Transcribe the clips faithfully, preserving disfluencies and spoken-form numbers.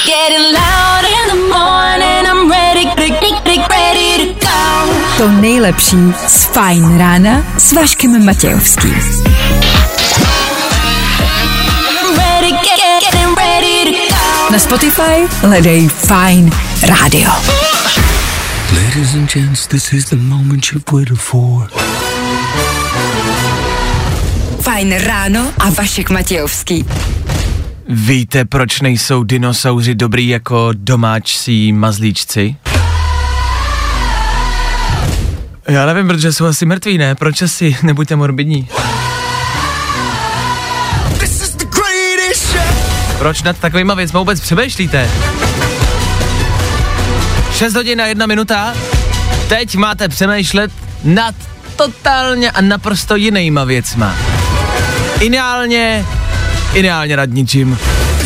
To nejlepší z Fajn rána s Vaškem Matějovským. Na Spotify hledej Fajn rádio. Ladies and gents, this is the moment you've waited for. Fajn ráno a Vašek Matějovský. Víte, proč nejsou dinosauři dobrý jako domácí mazlíčci? Já nevím, protože jsou asi mrtví, ne? Proč asi? Nebuďte morbidní. Proč nad takovýma věcma vůbec přemýšlíte? šest hodin a jedna minuta. Teď máte přemýšlet nad totálně a naprosto jinýma věcma. Ideálně, ideálně nad ničím.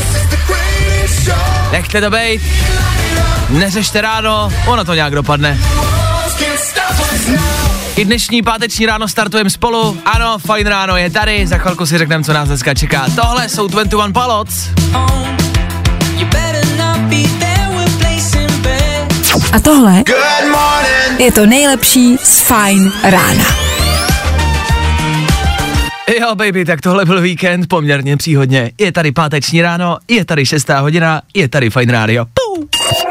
Nechte to bejt. Neřešte ráno, ono to nějak dopadne. I dnešní páteční ráno startujeme spolu. Ano, Fajn ráno je tady, za chvilku si řekneme, co nás dneska čeká. Tohle jsou dvacet jedna Pilots. A tohle je to nejlepší z Fajn rána. Jo, baby, tak tohle byl víkend poměrně příhodně. Je tady páteční ráno, je tady šestá hodina, je tady Fajn rádio. Pum.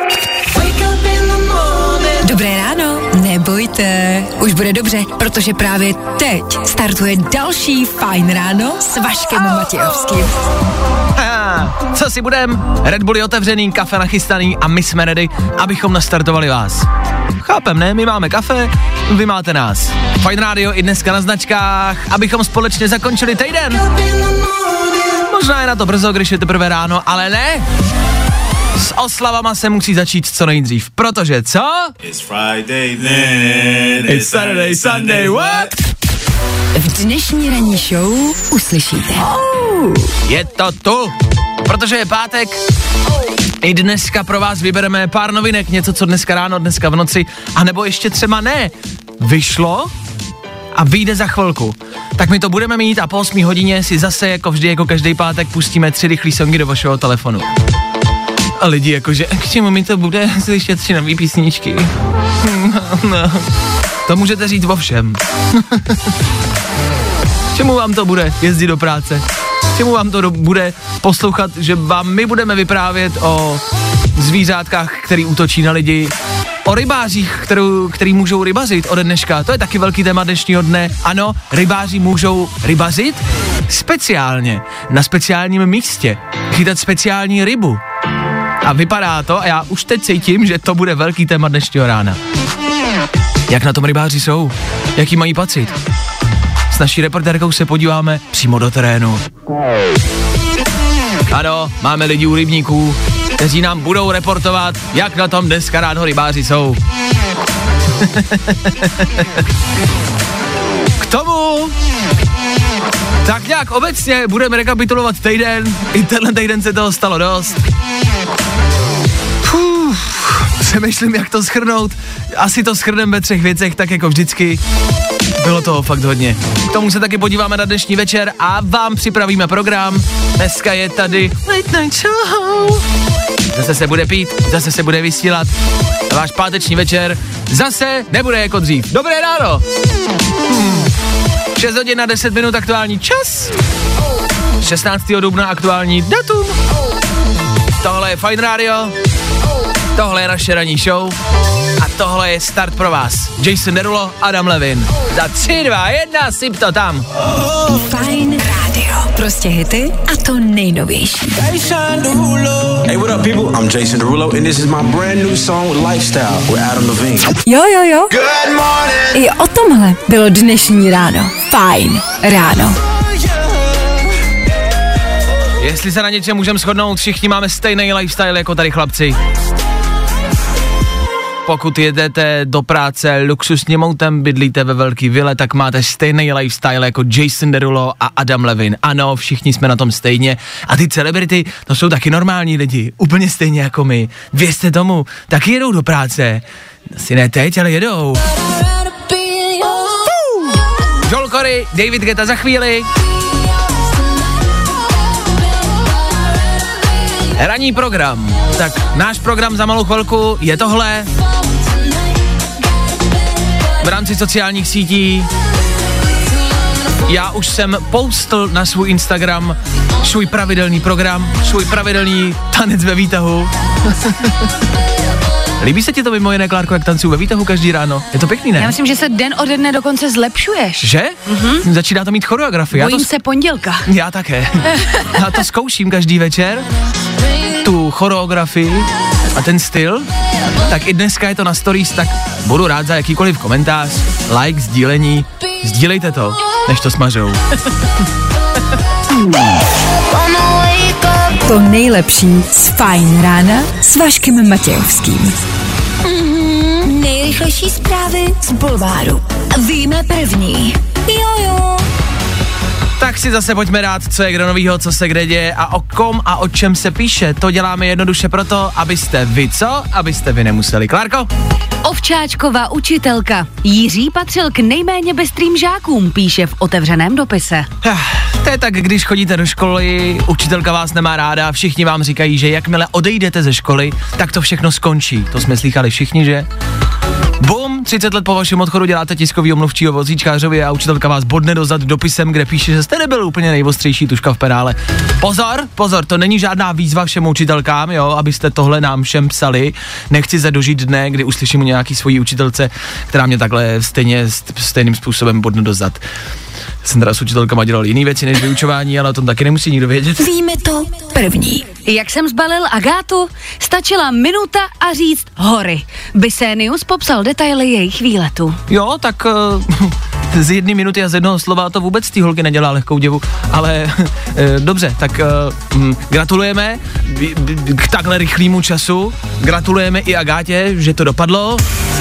Dobré ráno, nebojte, už bude dobře, protože právě teď startuje další Fajn ráno s Vaškem Matějovským. Ha, co si budem? Red Bull je otevřený, kafe nachystaný a my jsme ready, abychom nastartovali vás. Chápem, ne? My máme kafe, vy máte nás. Fajn rádio i dneska na značkách, abychom společně zakončili týden. Možná je na to brzo, když je teprve ráno, ale ne. S oslavama se musí začít co nejdřív, protože co? It's Friday then, It's Saturday, Sunday, what? V dnešní ranní show uslyšíte. Oh. Je to tu, protože je pátek. I dneska pro vás vybereme pár novinek, něco, co dneska ráno, dneska v noci, anebo ještě třeba ne. Vyšlo a vyjde za chvilku. Tak my to budeme mít a po osmé hodině si zase, jako vždy, jako každý pátek, pustíme tři rychlý songy do vašeho telefonu. A lidi jakože, k čemu mi to bude slyšet tři nový písničky? No, to můžete říct o všem. Čemu vám to bude jezdit do práce? Čemu vám to do, bude poslouchat, že vám my budeme vyprávět o zvířátkách, který útočí na lidi, o rybářích, kterou, který můžou rybařit ode dneška. To je taky velký téma dnešního dne. Ano, rybáři můžou rybařit speciálně, na speciálním místě, chytat speciální rybu. A vypadá to, a já už teď cítím, že to bude velký téma dnešního rána. Jak na tom rybáři jsou? Jaký mají pocit? S naší reportérkou se podíváme přímo do terénu. Ano, máme lidi u rybníků, kteří nám budou reportovat, jak na tom dneska ráno rybáři jsou. K tomu tak nějak obecně budeme rekapitulovat týden. I tenhle týden se toho stalo dost. Fuh, přemýšlím, jak to shrnout. Asi to shrneme ve třech věcech, tak jako vždycky. Bylo toho fakt hodně. K tomu se taky podíváme na dnešní večer a vám připravíme program. Dneska je tady Late Night Show. Zase se bude pít, zase se bude vysílat. Váš páteční večer zase nebude jako dřív. Dobré ráno! Hmm. šest hodin a deset minut aktuální čas. šestnáctého dubna aktuální datum. Tohle je Fajn rádio. Tohle je naše ranní show. A tohle je start pro vás. Jason Derulo, Adam Levin. Za tři, dva, jedna, syp to tam. Fajn rádio. Prostě hity a to nejnovější. Hey, what up, people? I'm Jason Derulo, and this is my brand new song Lifestyle with Adam Levine. Jo, jo, jo. Good morning. I o tomhle bylo dnešní ráno. Fajn ráno. Jestli se na něčem můžeme shodnout, všichni máme stejný lifestyle jako tady chlapci. Pokud jedete do práce luxusním autem, bydlíte ve velký vile, tak máte stejný lifestyle jako Jason Derulo a Adam Levine. Ano, všichni jsme na tom stejně. A ty celebrity, to jsou taky normální lidi, úplně stejně jako my. Věřte tomu, taky jedou do práce. Asi ne teď, ale jedou. Joel Corey, David Guetta za chvíli. Ranní program. Tak náš program za malou chvilku je tohle. V rámci sociálních sítí já už jsem postl na svůj Instagram svůj pravidelný program, svůj pravidelný tanec ve výtahu. Líbí se ti to mimo jiné, Klárko, jak tancuju ve výtahu každý ráno? Je to pěkný, ne? Já myslím, že se den ode dne dokonce zlepšuješ. Že? Mhm. Začíná to mít choreografii. Bojím já to... se pondělka. Já také. Já to zkouším každý večer, tu choreografii a ten styl. Tak i dneska je to na stories, tak budu rád za jakýkoliv komentář, like, sdílení. Sdílejte to, než to smažou. To nejlepší z Fajn rána s Vaškem Matějovským. Mm-hmm, nejrychlejší zprávy z bulváru. Víme první. Jojo. Tak si zase pojďme dát, co je kdo novýho, co se kde děje a o kom a o čem se píše. To děláme jednoduše proto, abyste vy co? Abyste vy nemuseli. Klárko? Ovčáčková učitelka. Jiří patřil k nejméně bystrým žákům, píše v otevřeném dopise. To je tak, když chodíte do školy, učitelka vás nemá ráda, všichni vám říkají, že jakmile odejdete ze školy, tak to všechno skončí. To jsme slýchali všichni, že? Bum, třicet let po vašem odchodu děláte tiskový omluvčího vozíčkářovi a učitelka vás bodne dozad dopisem, kde píše, že jste nebyl úplně nejostřejší tuška v pedále. Pozor, pozor, to není žádná výzva všem učitelkám, jo, abyste tohle nám všem psali. Nechci se dožít dne, kdy uslyším o nějaký svojí učitelce, která mě takhle stejně, stejným způsobem bodne dozad. Jsem teda s učitelkama dělal jiný věci než vyučování, ale o tom taky nemusí nikdo vědět. Víme to první. Jak jsem zbalil Agátu, stačila minuta a říct hory. Bysénius popsal detaily jejich výletu. Jo, tak uh, z jedné minuty a z jednoho slova to vůbec té holky nedělá lehkou děvu, ale uh, dobře, tak uh, um, gratulujeme k takhle rychlému času, gratulujeme i Agátě, že to dopadlo.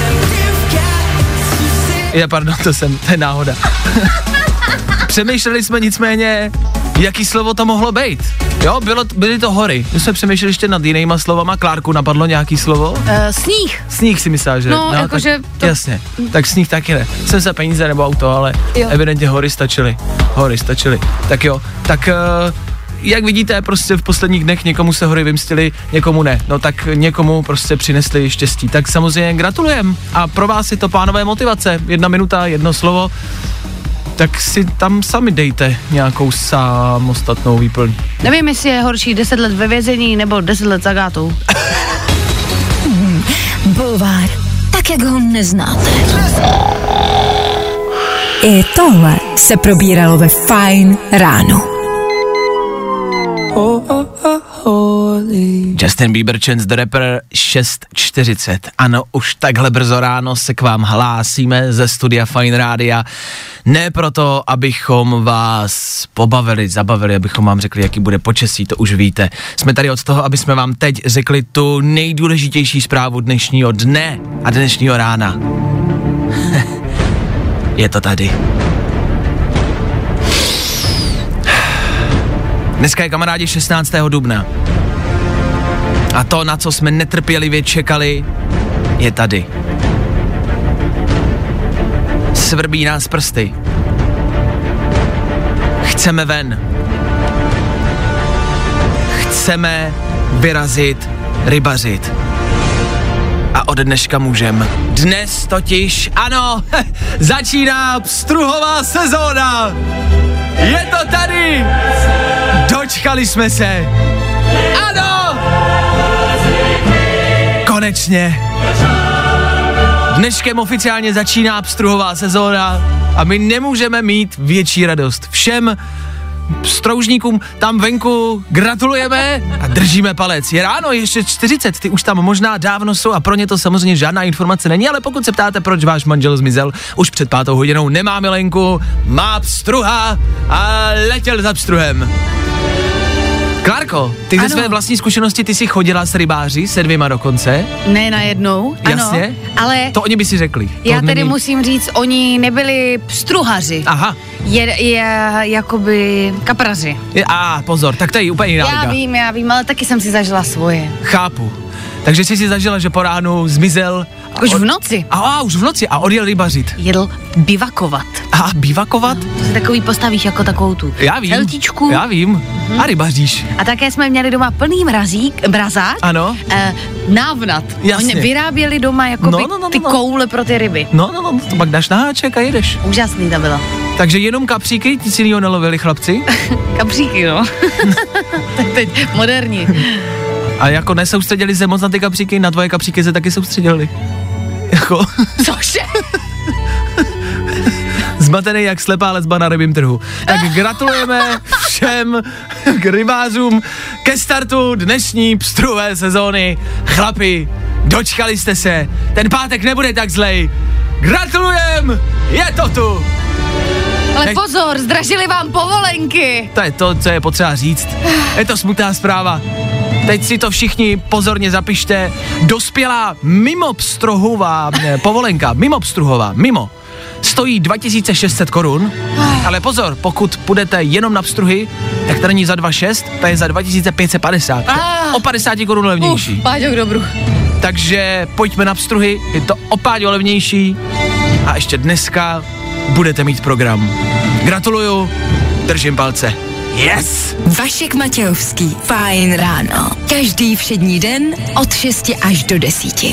Je, pardon, to jsem, to je náhoda. Přemýšleli jsme nicméně, jaký slovo to mohlo být. Jo, bylo, byly to hory. My jsme přemýšleli ještě nad jinýma slovama. Klárku, napadlo nějaký slovo? Uh, sníh. Sníh si myslela, že? No, no jakože... To... Jasně, tak sníh taky ne. Jsem se peníze nebo auto, ale jo. Evidentně hory stačily. Hory stačily. Tak jo, tak... Uh, jak vidíte, prostě v posledních dnech někomu se hory vymstily, někomu ne. No tak někomu prostě přinesli štěstí. Tak samozřejmě gratulujem. A pro vás je to, pánové, motivace. Jedna minuta, jedno slovo. Tak si tam sami dejte nějakou samostatnou výplň. Nevím, jestli je horší deset let ve vězení nebo deset let s Agátou. hmm, bulvár, tak jak ho neznáte. I tohle se probíralo ve Fajn ráno. Justin Bieber, Chance the Rapper, šest čtyřicet. Ano, už takhle brzo ráno se k vám hlásíme ze studia Fajn rádia. Ne proto, abychom vás pobavili, zabavili, abychom vám řekli, jaký bude počasí, to už víte. Jsme tady od toho, aby jsme vám teď řekli tu nejdůležitější zprávu dnešního dne a dnešního rána. Je to tady. Dneska je, kamarádi, šestnáctého dubna. A to, na co jsme netrpělivě čekali, je tady. Svrbí nás prsty. Chceme ven. Chceme vyrazit, rybařit. A od dneška můžem. Dnes totiž, ano, začíná pstruhová sezóna. Je to tady. Dočkali jsme se. Ano. Konečně. Dneškem oficiálně začíná pstruhová sezóna a my nemůžeme mít větší radost. Všem stroužníkům tam venku gratulujeme a držíme palec. Je ráno, ještě čtyřicet, ty už tam možná dávno jsou a pro ně to samozřejmě žádná informace není, ale pokud se ptáte, proč váš manžel zmizel, už před pátou hodinou nemá milenku, má pstruha a letěl za pstruhem. Klárko, ty ze své vlastní zkušenosti, ty jsi chodila s rybáři, se dvěma dokonce? Ne najednou, Jasně, ano, ale... To oni by si řekli. Já tedy není... musím říct, oni nebyli pstruhaři. Aha. Je, je jakoby kapraři. Je, a pozor, tak to je úplně jiná Já liga. vím, já vím, ale taky jsem si zažila svoje. Chápu. Takže jsi si zažila, že po ránu zmizel. Už v noci. A, a už v noci a odjel rybařit. Jedl bivakovat. A bivakovat? To si takový postavíš jako takovou tu Já vím, heltičku. já vím. Hmm. A rybaříš. A také jsme měli doma plný mrazík, mrazák. Ano. Eh, návnat. Jasně. Oni vyráběli doma jako no, no, no, ty no. koule pro ty ryby. No, no, no, to pak dáš na háček a jedeš. Úžasný to bylo. Takže jenom kapříky, ty si jinýho nelovili chlapci? Kapříky, no. Teď moderní. A jako nesoustředili se moc na ty kapříky, na tvoje kapříky se taky soustředili. Jako... Cože? Zmatený jak slepá lesba na rybím trhu. Tak gratulujeme všem k rybářům ke startu dnešní pstruhové sezóny. Chlapi, dočkali jste se, ten pátek nebude tak zlej. Gratulujem, je to tu. Ale Teď... pozor, zdražili vám povolenky. To je to, co je potřeba říct. Je to smutná zpráva. Teď si to všichni pozorně zapište. Dospělá mimo pstruhová povolenka, mimo pstruhová, mimo, stojí dva tisíce šest set korun, ale pozor, pokud půjdete jenom na pstruhy, tak to není za dva tisíce šest, to je za dva tisíce pět set padesát. Ah. O padesát korun levnější. Uf, Páťo k dobru. Takže pojďme na pstruhy, je to o páďo levnější a ještě dneska budete mít program. Gratuluju, držím palce. Yes! Vašek Matějovský, Fajn ráno. Každý všední den od šesti až do desíti.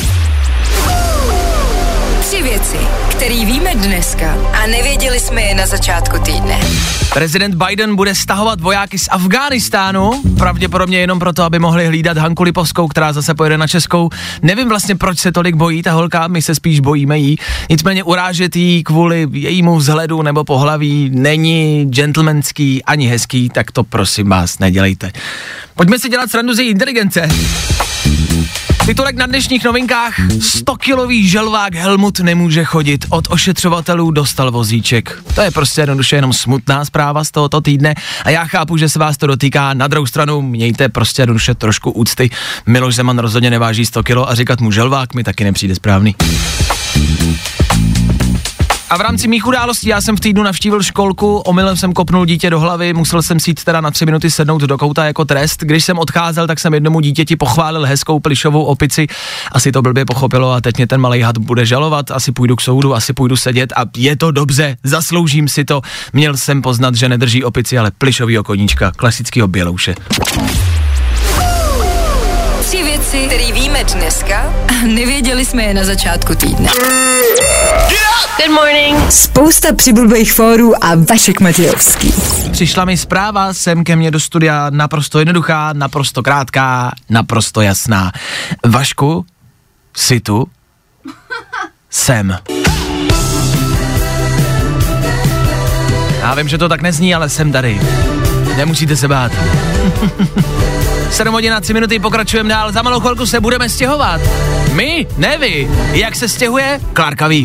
Tři věci, které víme dneska a nevěděli jsme je na začátku týdne. Prezident Biden bude stahovat vojáky z Afghánistánu, pravděpodobně jenom proto, aby mohli hlídat Hanku Lipovskou, která zase pojede na Českou. Nevím vlastně, proč se tolik bojí ta holka, my se spíš bojíme jí. Nicméně urážet jí kvůli jejímu vzhledu nebo pohlaví není gentlemanský ani hezký, tak to prosím vás nedělejte. Pojďme si dělat srandu z její inteligence. Titulek na dnešních novinkách: stokilový želvák Helmut nemůže chodit, od ošetřovatelů dostal vozíček. To je prostě jednoduše jenom smutná zpráva z tohoto týdne a já chápu, že se vás to dotýká. Na druhou stranu mějte prostě jednoduše trošku úcty. Miloš Zeman rozhodně neváží sto kilo a říkat mu želvák mi taky nepřijde správný. A v rámci mých událostí já jsem v týdnu navštívil školku, omylem jsem kopnul dítě do hlavy, musel jsem si jít teda na tři minuty sednout do kouta jako trest. Když jsem odcházel, tak jsem jednomu dítěti pochválil hezkou plišovou opici, asi to blbě pochopilo a teď mě ten malej had bude žalovat, asi půjdu k soudu, asi půjdu sedět a je to dobře, zasloužím si to. Měl jsem poznat, že nedrží opici, ale plišovýho koníčka, klasickýho bělouše. Tři věci, které víme dneska a nevěděli jsme je na začátku týdne. Good morning. Spousta přibulbých fórů a Vašek Matějovský. Přišla mi zpráva sem ke mně do studia, naprosto jednoduchá, naprosto krátká, naprosto jasná. Vašku, jsi tu? Jsem. Já vím, že to tak nezní, ale jsem tady. Nemusíte se bát. sedm hodin a tři minuty, pokračujeme dál. Za malou chvilku se budeme stěhovat. My? Ne vy. Jak se stěhuje? Klárka ví.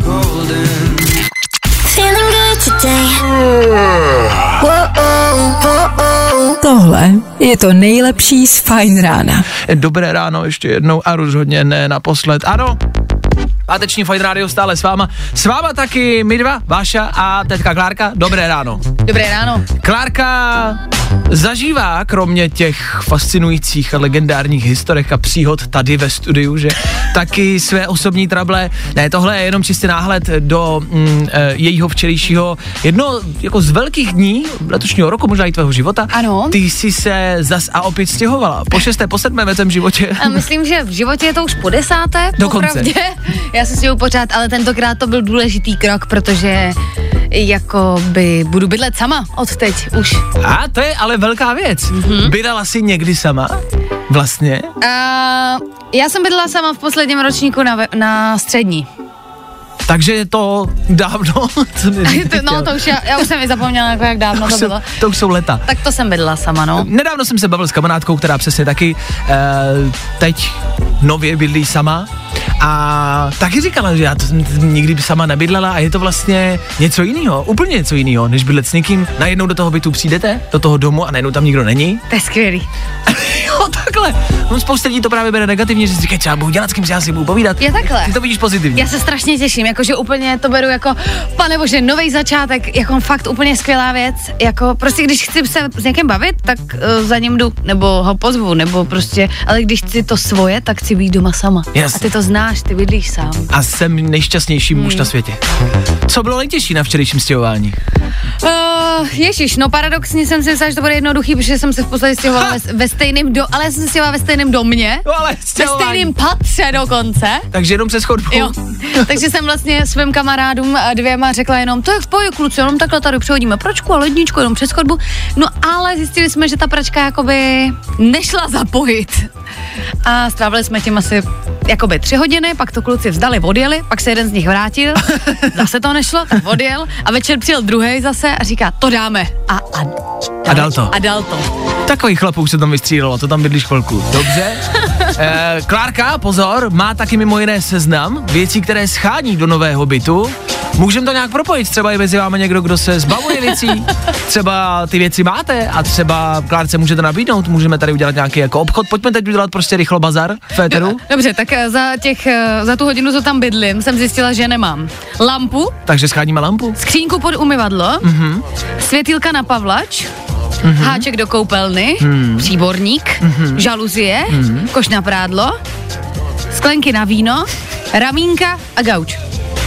Tohle je to nejlepší z Fajn rána. Dobré ráno ještě jednou a rozhodně ne naposled. Ano, páteční Fajn rádio stále s váma. S váma taky my dva, Váša a teďka Klárka. Dobré ráno. Dobré ráno. Klárka zažívá, kromě těch fascinujících a legendárních historek a příhod tady ve studiu, že taky své osobní trable. Ne, tohle je jenom čistý náhled do mm, e, jejího včerejšího, jedno jako z velkých dní letošního roku, možná i tvého života. Ano. Ty jsi se zas a opět stěhovala. Po šesté, po sedmé ve tvém životě. A myslím, že v životě je to už po desáté, Dokonce. popravdě. Já se stěhuju pořád, ale tentokrát to byl důležitý krok, protože jako by budu bydlet sama od teď už. A to je ale velká věc. Mm-hmm. Bydlela jsi někdy sama? Vlastně? Uh, já jsem bydlela sama v posledním ročníku na, ve, na střední. Takže je to dávno, co to, no to už, já, já už jsem i zapomněla, jako jak dávno to, to bylo. To už jsou leta. Tak to jsem bydlela sama, no. Nedávno jsem se bavil s kamarádkou, která přesně taky e, teď nově bydlí sama a taky říkala, že já to nikdy sama nebydlela a je to vlastně něco jiného, úplně něco jiného, než bydlet s někým. Najednou do toho bytu přijdete, do toho domu a najednou tam nikdo není. To je skvělý. Jo, takhle. No, spousta lidí to právě bere negativně, že si říkají, třeba budu dělat, s kým si já si budu povídat. Je takhle. Ty to vidíš pozitivně. Já se strašně těším, jakože úplně to beru jako, pane bože, nový začátek, jako fakt úplně skvělá věc, jako prostě když chci se s někým bavit, tak uh, za ním jdu, nebo ho pozvu, nebo prostě, ale když chci to svoje, tak chci být doma sama. Jasně. A ty to znáš, ty bydlíš sám. A jsem nejšťastnější muž hmm. na světě. Co bylo nejtěžší na včerejším stěhování? Uh, ježiš, no paradoxně jsem si myslela, že to bude jednoduchý, protože jsem se v podstatě stěhovala ve, ve stejném do, ale já jsem se stěhovala ve stejném domě. No ale ve stejném patře dokonce. Takže jenom přes chodbu. Jo. Takže jsem vlastně svým kamarádům dvěma řekla jenom, to je v pohodě kluci, jenom takhle tady přehodíme pračku a ledničku jenom přes chodbu. No ale zjistili jsme, že ta pračka jakoby nešla zapojit. A strávili jsme tím asi jakoby tři hodiny, pak to kluci vzdali, odjeli, pak se jeden z nich vrátil, zase to nešlo, tak odjel a večer přijel druhej zase a říká, to dáme. A, a, a dal to. A dal to. Takových chlapů se tam vystřídalo, to tam bydlíš chvilku. Dobře. E, Klárka, pozor, má taky mimo jiné seznam věcí, které schání do nového bytu. Můžeme to nějak propojit, třeba i mezi vámi někdo, kdo se zbavuje věcí, třeba ty věci máte a třeba Klárce můžete nabídnout, můžeme tady udělat nějaký jako obchod, pojďme teď udělat prostě rychlo bazar v féteru. Dobře, tak za těch, za tu hodinu, co tam bydlím, jsem zjistila, že nemám lampu. Takže scháníme lampu. Skřínku pod umyvadlo, mm-hmm. světýlka na pavlač, mm-hmm. háček do koupelny, mm. příborník, mm-hmm. žaluzie, mm. koš na prádlo, sklenky na víno, ramínka a gauč.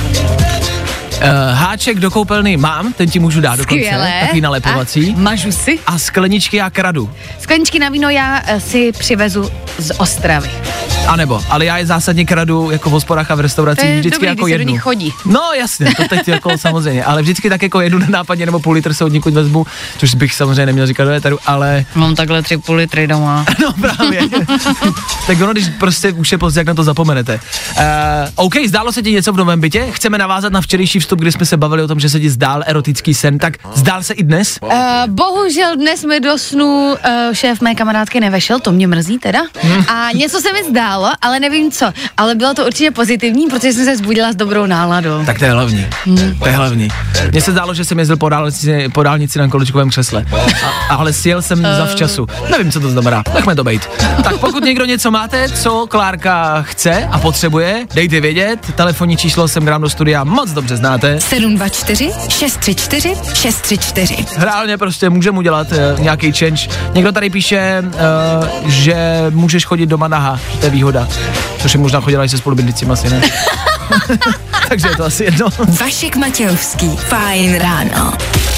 Uh, háček do koupelny mám, ten ti můžu dát dokonce, takový nalepovací. A mažu si. A skleničky já kradu. Skleničky na víno já si přivezu z Ostravy. A nebo, ale já je zásadně kradu jako v hospodách a v restauracích vždycky dobrý, jako když jednu. Se do nich chodí. No jasně, to teď jako samozřejmě, ale vždycky tak jako jednu nápadně nebo půl litr se od někud vezmu, což bych samozřejmě neměl říkat do éteru, ale... Mám takhle tři půl litry doma. No právě. Tak ono, když prostě už je pozdě, jak na to zapomenete. Uh, OK, zdálo se ti něco v novém bytě? Chceme navázat na včerejší vstup, kdy jsme se bavili o tom, že se ti zdál erotický sen, tak zdál se i dnes? Uh, bohužel dnes mi do snu uh, šéf mé kamarádky nevešel, to mě mrzí teda. Hmm. A něco se mi zdálo, ale nevím co. Ale bylo to určitě pozitivní, protože jsem se zbudila s dobrou náladou. Tak to je hlavní. Hmm. To je hlavní. Mně se zdálo, že jsem jezdil po dálnici, po dálnici na kolečkovém křesle. A, ale sjel jsem uh. zavčasu. Nevím, co to znamená. Nechme to bejt. Tak pokud někdo něco máte, co Klárka chce a potřebuje, dejte vědět. Telefonní číslo jsem dám do studia, moc dobře znáte. sedm dva čtyři šest tři čtyři šest tři čtyři. Reálně prostě můžeme udělat uh, nějaký change. Někdo tady píše, uh, že můžeš chodit doma nahá, že to je výhoda. Což je možná chodila i se spolubydlícím, asi ne. Takže je to asi jedno. Vašek Matějovský, Fajn ráno.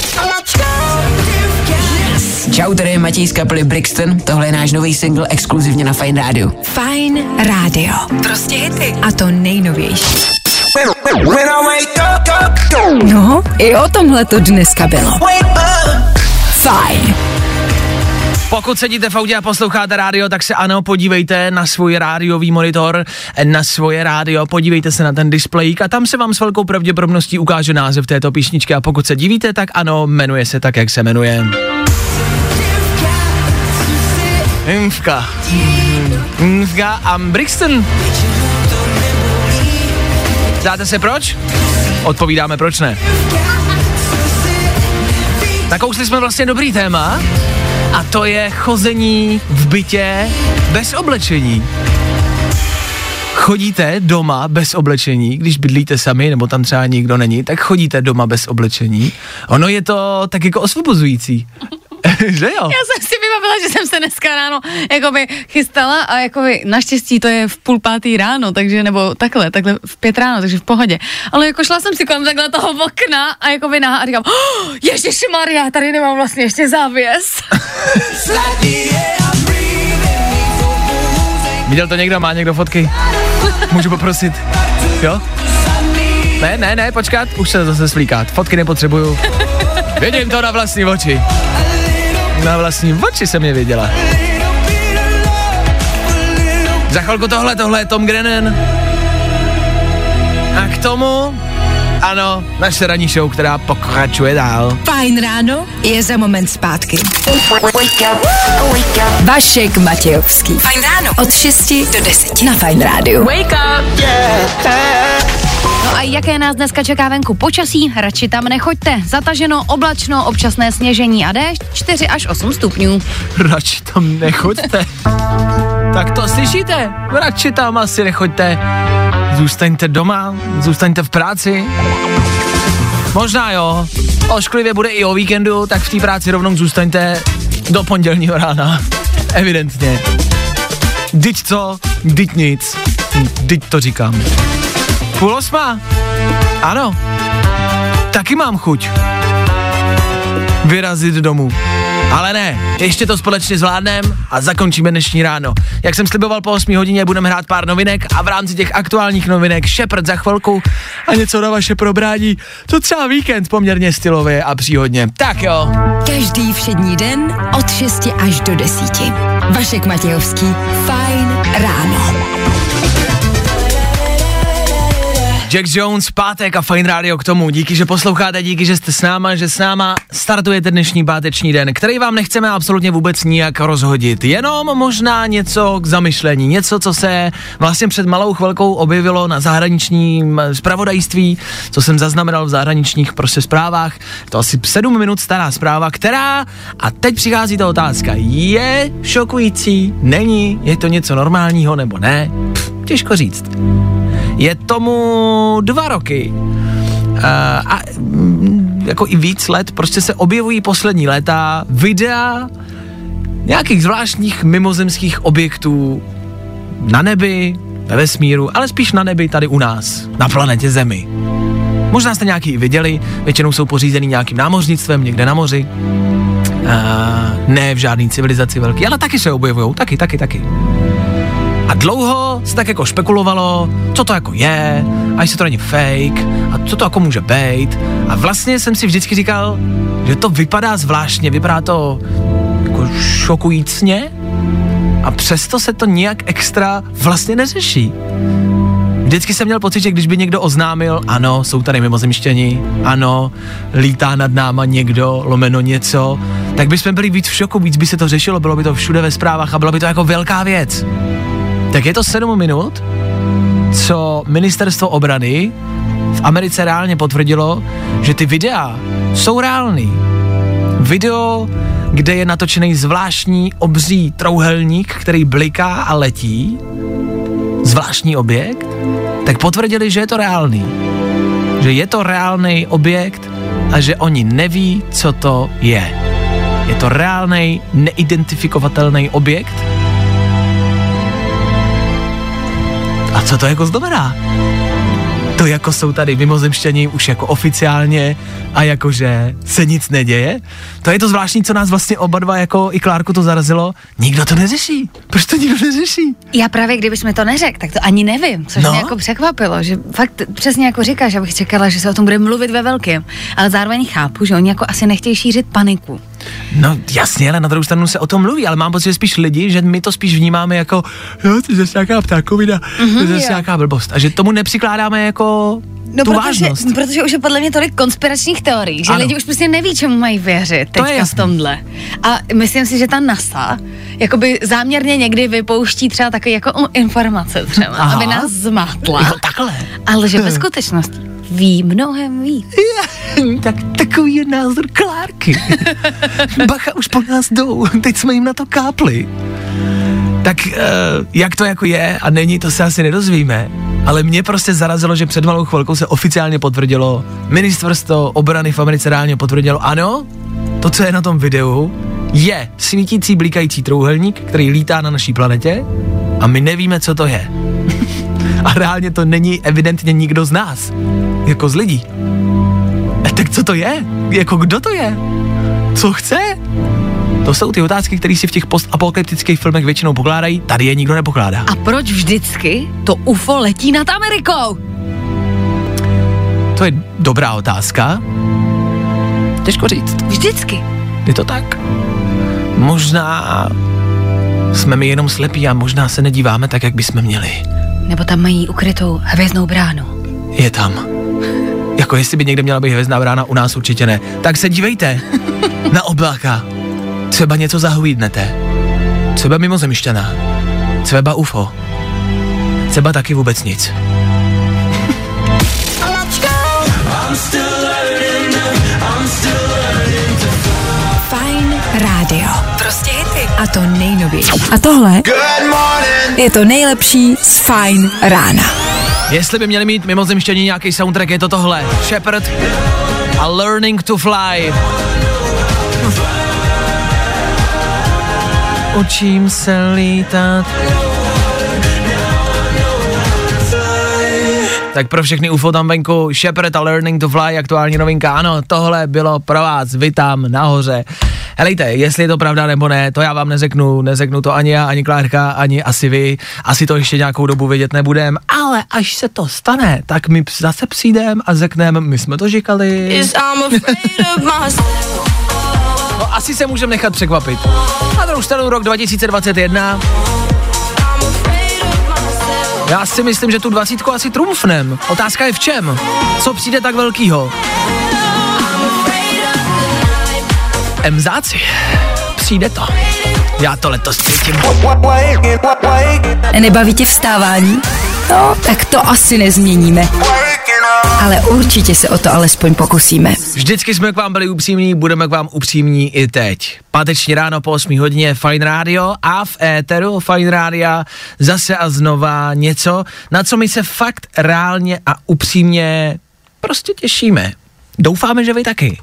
Čau, tady je Matěj z kapely Brixton, tohle je náš nový single exkluzivně na Fajn rádiu. Fajn rádio. Prostě hity. A to nejnovější. No, i o tomhle to dneska bylo. Fajn. Pokud sedíte v autě a posloucháte rádio, tak se ano, podívejte na svůj rádiový monitor, na svoje rádio, podívejte se na ten displejík a tam se vám s velkou pravděpodobností ukáže název této písničky a pokud se divíte, tak ano, jmenuje se tak, jak se jmenuje. Mfka. Mfka a Brixton. Zdáte se proč? Odpovídáme proč ne. Nakousli jsme vlastně dobrý téma a to je chození v bytě bez oblečení. Chodíte doma bez oblečení, když bydlíte sami, nebo tam třeba nikdo není, tak chodíte doma bez oblečení. Ono je to tak jako osvobozující. Že jo? Já jsem si vybavila, že jsem se dneska ráno jakoby chystala a jakoby naštěstí to je v půl pátý ráno, takže nebo takhle, takhle v pět ráno, takže v pohodě. Ale jako šla jsem si kolem takhle toho okna a jakoby nahá a říkám, oh, ježišmarja, tady nemám vlastně ještě závěs. Viděl to někdo? Má někdo fotky? Můžu poprosit? Jo? Ne, ne, ne, počkat, už se zase svlíkat. Fotky nepotřebuju. Vidím to na vlastní oči. Na vlastní oči jsem je viděla. Za chvilku tohle, tohle je Tom Grennan. A k tomu, ano, naše ranní show, která pokračuje dál. Fajn ráno je za moment zpátky. Vašek Matějovský. Fajn ráno. Od šesti do deseti na Fajn rádiu. Wake up! Yeah. No a jaké nás dneska čeká venku počasí? Radši tam nechoďte. Zataženo, oblačno, občasné sněžení a déšť, čtyři až osm stupňů. Radši tam nechoďte. Tak to slyšíte? Radši tam asi nechoďte. zůstaňte doma, zůstaňte v práci. Možná jo, ošklivě bude i o víkendu, tak v té práci rovnou zůstaňte do pondělního rána. Evidentně. Dyť co, dyť nic, dyť to říkám. Půl osma? Ano. Taky mám chuť vyrazit domů. Ale ne, ještě to společně zvládneme a zakončíme dnešní ráno. Jak jsem sliboval, po osmé hodině budeme hrát pár novinek a v rámci těch aktuálních novinek šeprt za chvilku a něco na vaše probrání. To třeba víkend poměrně stylově a příhodně. Tak jo. Každý všední den od šesti až do desíti. Vašek Matějovský, Fajn ráno. Jack Jones, pátek a Fajn rádio k tomu. Díky, že posloucháte, díky, že jste s náma, že s náma startujete dnešní páteční den, který vám nechceme absolutně vůbec nijak rozhodit. Jenom možná něco k zamyšlení, něco, co se vlastně před malou chvilkou objevilo na zahraničním zpravodajství, co jsem zaznamenal v zahraničních prostě zprávách. To asi sedm minut stará zpráva, která, a teď přichází ta otázka, je šokující, není, je to něco normálního nebo ne? Pff, těžko říct. Je tomu dva roky uh, a mm, jako i víc let, prostě se objevují poslední léta videa nějakých zvláštních mimozemských objektů na nebi, ve vesmíru, ale spíš na nebi tady u nás, na planetě Zemi. Možná jste nějaký i viděli, většinou jsou pořízený nějakým námořnictvem někde na moři, uh, ne v žádný civilizaci velký, ale taky se objevujou, taky, taky, taky. A dlouho se tak jako špekulovalo, co to jako je, a jestli to není fake, a co to jako může být. A vlastně jsem si vždycky říkal, že to vypadá zvláštně, vypadá to jako šokujícně a přesto se to nijak extra vlastně neřeší. Vždycky jsem měl pocit, že když by někdo oznámil, ano, jsou tady mimozemštěni, ano, lítá nad náma někdo, lomeno něco, tak bychom byli víc v šoku, víc by se to řešilo, bylo by to všude ve zprávách a bylo by to jako velká věc. Tak je to sedm minut, co ministerstvo obrany v Americe reálně potvrdilo, že ty videa jsou reální. Video, kde je natočený zvláštní obří trouhelník, který bliká a letí, zvláštní objekt, tak potvrdili, že je to reálný. Že je to reálný objekt a že oni neví, co to je. Je to reálný, neidentifikovatelný objekt. A co to jako znamená? To jako jsou tady mimozemšťani už jako oficiálně a jakože se nic neděje? To je to zvláštní, co nás vlastně oba dva jako i Klárku to zarazilo. Nikdo to neřeší. Proč to nikdo neřeší? Já právě, kdybys mi to neřekl, tak to ani nevím, což no? mě jako překvapilo, že fakt přesně jako říkáš, abych čekala, že se o tom bude mluvit ve velkém, ale zároveň chápu, že oni jako asi nechtějí šířit paniku. No jasně, ale na druhou stranu se o tom mluví, ale mám pocit, že spíš lidi, že my to spíš vnímáme jako, jo, to je zase nějaká ptákovina, mm-hmm, to je zase nějaká blbost a že tomu nepřikládáme jako no, tu protože, vážnost. protože už je podle mě tolik konspiračních teorií, že ano. lidi už prostě neví, čemu mají věřit teďka v tomhle. A myslím si, že ta NASA jakoby záměrně někdy vypouští třeba takový jako informace třeba, aha, aby nás zmátla. Jo, takhle. Ale že ve skutečnosti ví mnohem víc. Tak takový je názor Klárky. Bacha, už po nás jdou, teď jsme jim na to kápli. Tak uh, jak to jako je a není, to se asi nedozvíme. Ale mě prostě zarazilo, že před malou chvilkou se oficiálně potvrdilo, ministerstvo obrany v Americe reálně potvrdilo, ano, to, co je na tom videu, je svítící, blikající trouhelník, který lítá na naší planetě a my nevíme, co to je. A reálně to není evidentně nikdo z nás, jako z lidí. A tak co to je? Jako kdo to je? Co chce? To jsou ty otázky, které si v těch postapokalyptických filmech většinou pokládají, tady je nikdo nepokládá. A proč vždycky to U F O letí nad Amerikou? To je dobrá otázka. Těžko říct. Vždycky. Je to tak? Možná jsme my jenom slepí a možná se nedíváme tak, jak bychom měli. Nebo tam mají ukrytou hvězdnou bránu. Je tam. Jako jestli by někde měla být hvězdná brána, u nás určitě ne. Tak se dívejte na obláka. Třeba něco zahlídnete. Třeba mimozemšťana. Třeba U F O. Třeba taky vůbec nic. Fajn rádio. Prostě hity. A to nejnovější. A tohle je to nejlepší z Fajn rána. Jestli by měli mít mimozemštění nějaký soundtrack, je to tohle. Shepherd a Learning to Fly. Učím se lítat. Tak pro všechny U F O tam venku, Shepherd a Learning to Fly, aktuální novinka, ano, tohle bylo pro vás, vy tam nahoře. Helejte, jestli je to pravda nebo ne, to já vám neřeknu, neřeknu to ani já, ani Klárka, ani asi vy, asi to ještě nějakou dobu vědět nebudem, ale až se to stane, tak my zase přijdem a řekneme, my jsme to říkali. No asi se můžeme nechat překvapit. Na druhou stranu rok dva tisíce dvacet jedna. Já si myslím, že tu dvacítku asi trumfnem. Otázka je v čem? Co přijde tak velkýho? Emzáci, přijde to. Já to letos cítím. Nebaví tě vstávání? No, tak to asi nezměníme. Ale určitě se o to alespoň pokusíme. Vždycky jsme k vám byli upřímní, budeme k vám upřímní i teď. Páteční ráno po osmé hodině Fajn rádio a v éteru Fajn rádia zase a znova něco, na co my se fakt reálně a upřímně prostě těšíme. Doufáme, že vy taky.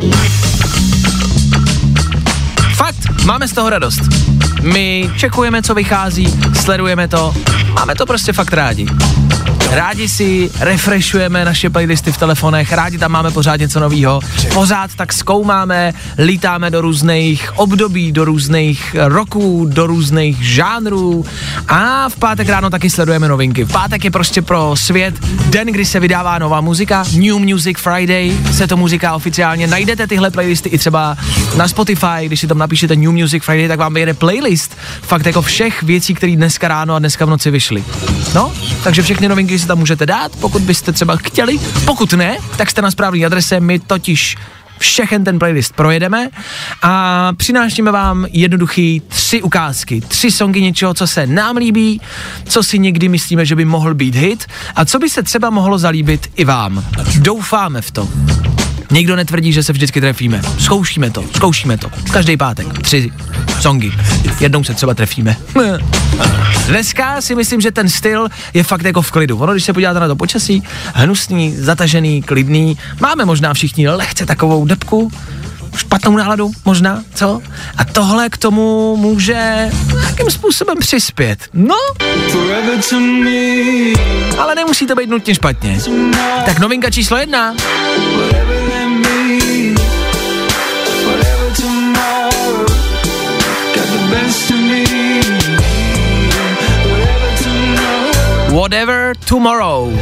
Fakt, máme z toho radost. My čekujeme, co vychází, sledujeme to, máme to prostě fakt rádi. Rádi si refreshujeme naše playlisty v telefonech, rádi tam máme pořád něco novýho, pořád tak zkoumáme, lítáme do různých období, do různých roků, do různých žánrů a v pátek ráno taky sledujeme novinky. V pátek je prostě pro svět den, kdy se vydává nová muzika, New Music Friday se tomu říká oficiálně. Najdete tyhle playlisty i třeba na Spotify, když si tam napíšete New Music Friday, tak vám vyjede playlist fakt jako všech věcí, které dneska ráno a dneska v noci vyšly. No, takže všechny novinky si tam můžete dát, pokud byste třeba chtěli. Pokud ne, tak jste na správné adrese, my totiž všechen ten playlist projedeme a přinášíme vám jednoduchý tři ukázky, tři songy něčeho, co se nám líbí, co si někdy myslíme, že by mohl být hit a co by se třeba mohlo zalíbit i vám. Doufáme v to. Nikdo netvrdí, že se vždycky trefíme. Zkoušíme to, zkoušíme to. Každý pátek. Tři songy. Jednou se třeba trefíme. Dneska si myslím, že ten styl je fakt jako v klidu. Ono, když se podíváte na to počasí, hnusný, zatažený, klidný, máme možná všichni lehce takovou depku, špatnou náladu možná, co? A tohle k tomu může nějakým způsobem přispět. No, ale nemusí to být nutně špatně. Tak novinka číslo jedna. Whatever Tomorrow.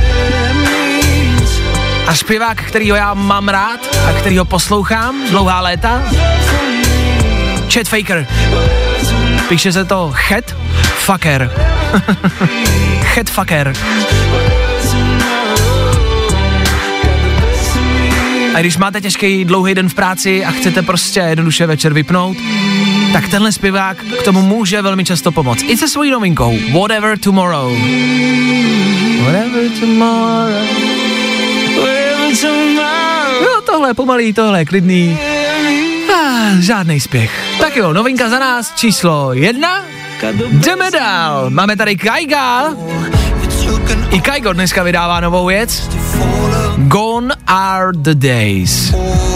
A zpěvák, kterýho já mám rád a kterýho poslouchám dlouhá léta, Chet Faker. Píše se to Chet Faker. Chet Faker. A když máte těžký dlouhý den v práci a chcete prostě jednoduše večer vypnout, tak tenhle zpěvák k tomu může velmi často pomoct. I se svojí novinkou Whatever Tomorrow. Whatever tomorrow. Whatever tomorrow. Jo, tohle pomalý, tohle klidný. Ah, žádnej spěch. Tak jo, novinka za nás číslo jedna. Jdeme dál. Máme tady Kaiga. I Kaigo dneska vydává novou věc. Gone are the days.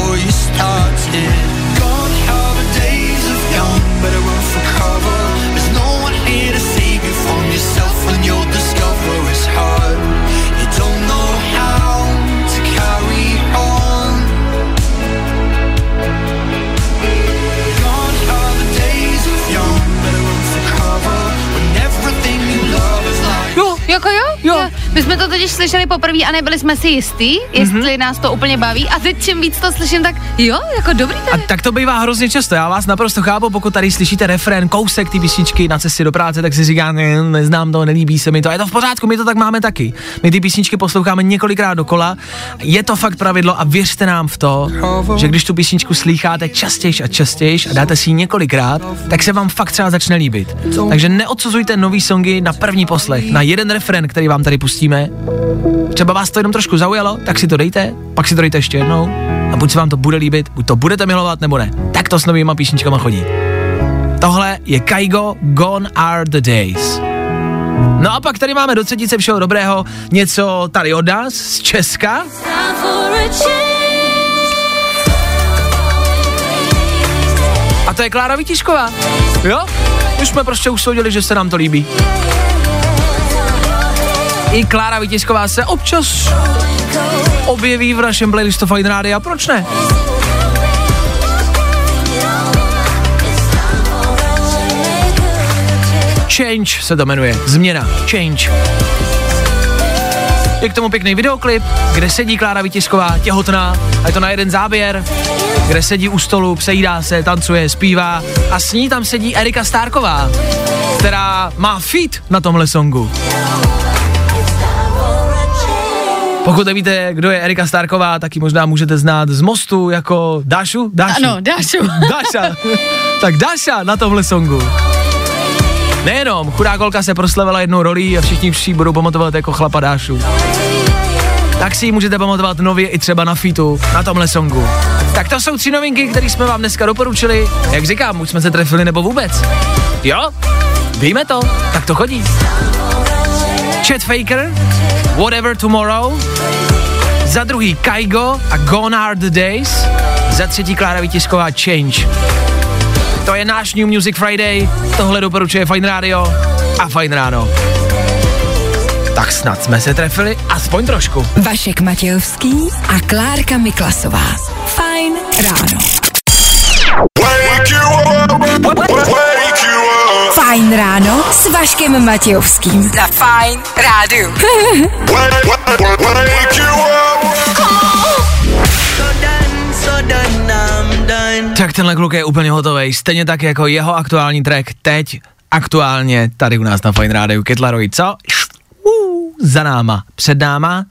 Jako jo? Jo. jo? My jsme to totiž slyšeli poprvé a nebyli jsme si jistí, jestli mm-hmm. nás to úplně baví a teď čím víc to slyším, tak jo, jako dobrý tady. A tak to bývá hrozně často, já vás naprosto chápu, pokud tady slyšíte refrén, kousek ty písničky na cestě do práce, tak si říká, ne, neznám to, nelíbí se mi to, a je to v pořádku, my to tak máme taky. My ty písničky posloucháme několikrát dokola, je to fakt pravidlo a věřte nám v to, že když tu písničku slýcháte častějš a častějš a dáte si ji několikrát, tak se vám fakt třeba začne líbit. Takže neodsuzujte nový songy na první poslech, na jeden refrén, který vám tady pustíme. Třeba vás to jenom trošku zaujalo, tak si to dejte, pak si to dejte ještě jednou a buď se vám to bude líbit, buď to budete milovat, nebo ne. Tak to s novýma písničkama chodí. Tohle je Kaigo, Gone are the days. No a pak tady máme do třetice všeho dobrého něco tady od nás, z Česka. A to je Klára Vítišková. Jo? Už jsme prostě usoudili, že se nám to líbí. I Klára Vítišková se občas objeví v našem playlistu Fajn Rádia, proč ne? Change se to jmenuje, změna, Change. Je k tomu pěkný videoklip, kde sedí Klára Vítišková, těhotná, a je to na jeden záběr, kde sedí u stolu, přejídá se, tancuje, zpívá a s ní tam sedí Erika Stárková, která má feat na tomhle songu. Pokud nevíte, kdo je Erika Stárková, tak ji možná můžete znát z Mostu jako Dášu? Dášu. Ano, Dášu. Dáša. Tak Dáša na tomhle songu. Nejenom, chudá kolka se proslavila jednou rolí a všichni všichni budou pamatovat jako chlapa Dášu. Tak si ji můžete pamatovat nově i třeba na featu, na tomhle songu. Tak to jsou tři novinky, které jsme vám dneska doporučili. Jak říkám, už jsme se trefili nebo vůbec. Jo? Víme to, tak to chodí. Chet Faker, Whatever Tomorrow. Za druhý Kygo a Gone Are the Days. Za třetí Klára Vítišková Change. To je náš New Music Friday, tohle doporučuje Fajn Rádio a Fajn ráno. Tak snad jsme se trefili aspoň trošku. Vašek Matějovský a Klárka Miklasová. Fajn ráno. Fajn ráno s Vaškem Matějovským. Za Fajn rádiu. Tak tenhle kluk je úplně hotovej, stejně tak jako jeho aktuální track teď, aktuálně tady u nás na Fajn rádiu. Kytlarovi, co? Uh, za náma, před náma.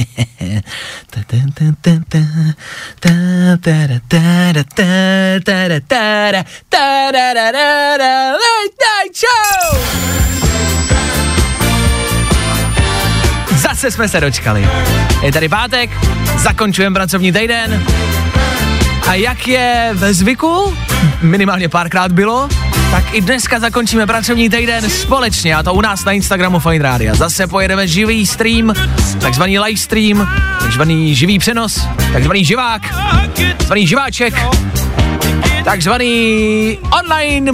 Zase jsme se dočkali. Je tady pátek, zakončujeme pracovní týden. A jak je ve zvyku, minimálně párkrát bylo, tak i dneska zakončíme pracovní týden společně, a to u nás na Instagramu Fajn Rádia. Zase pojedeme živý stream, takzvaný live stream, takzvaný živý přenos, takzvaný živák, takzvaný živáček, takzvaný online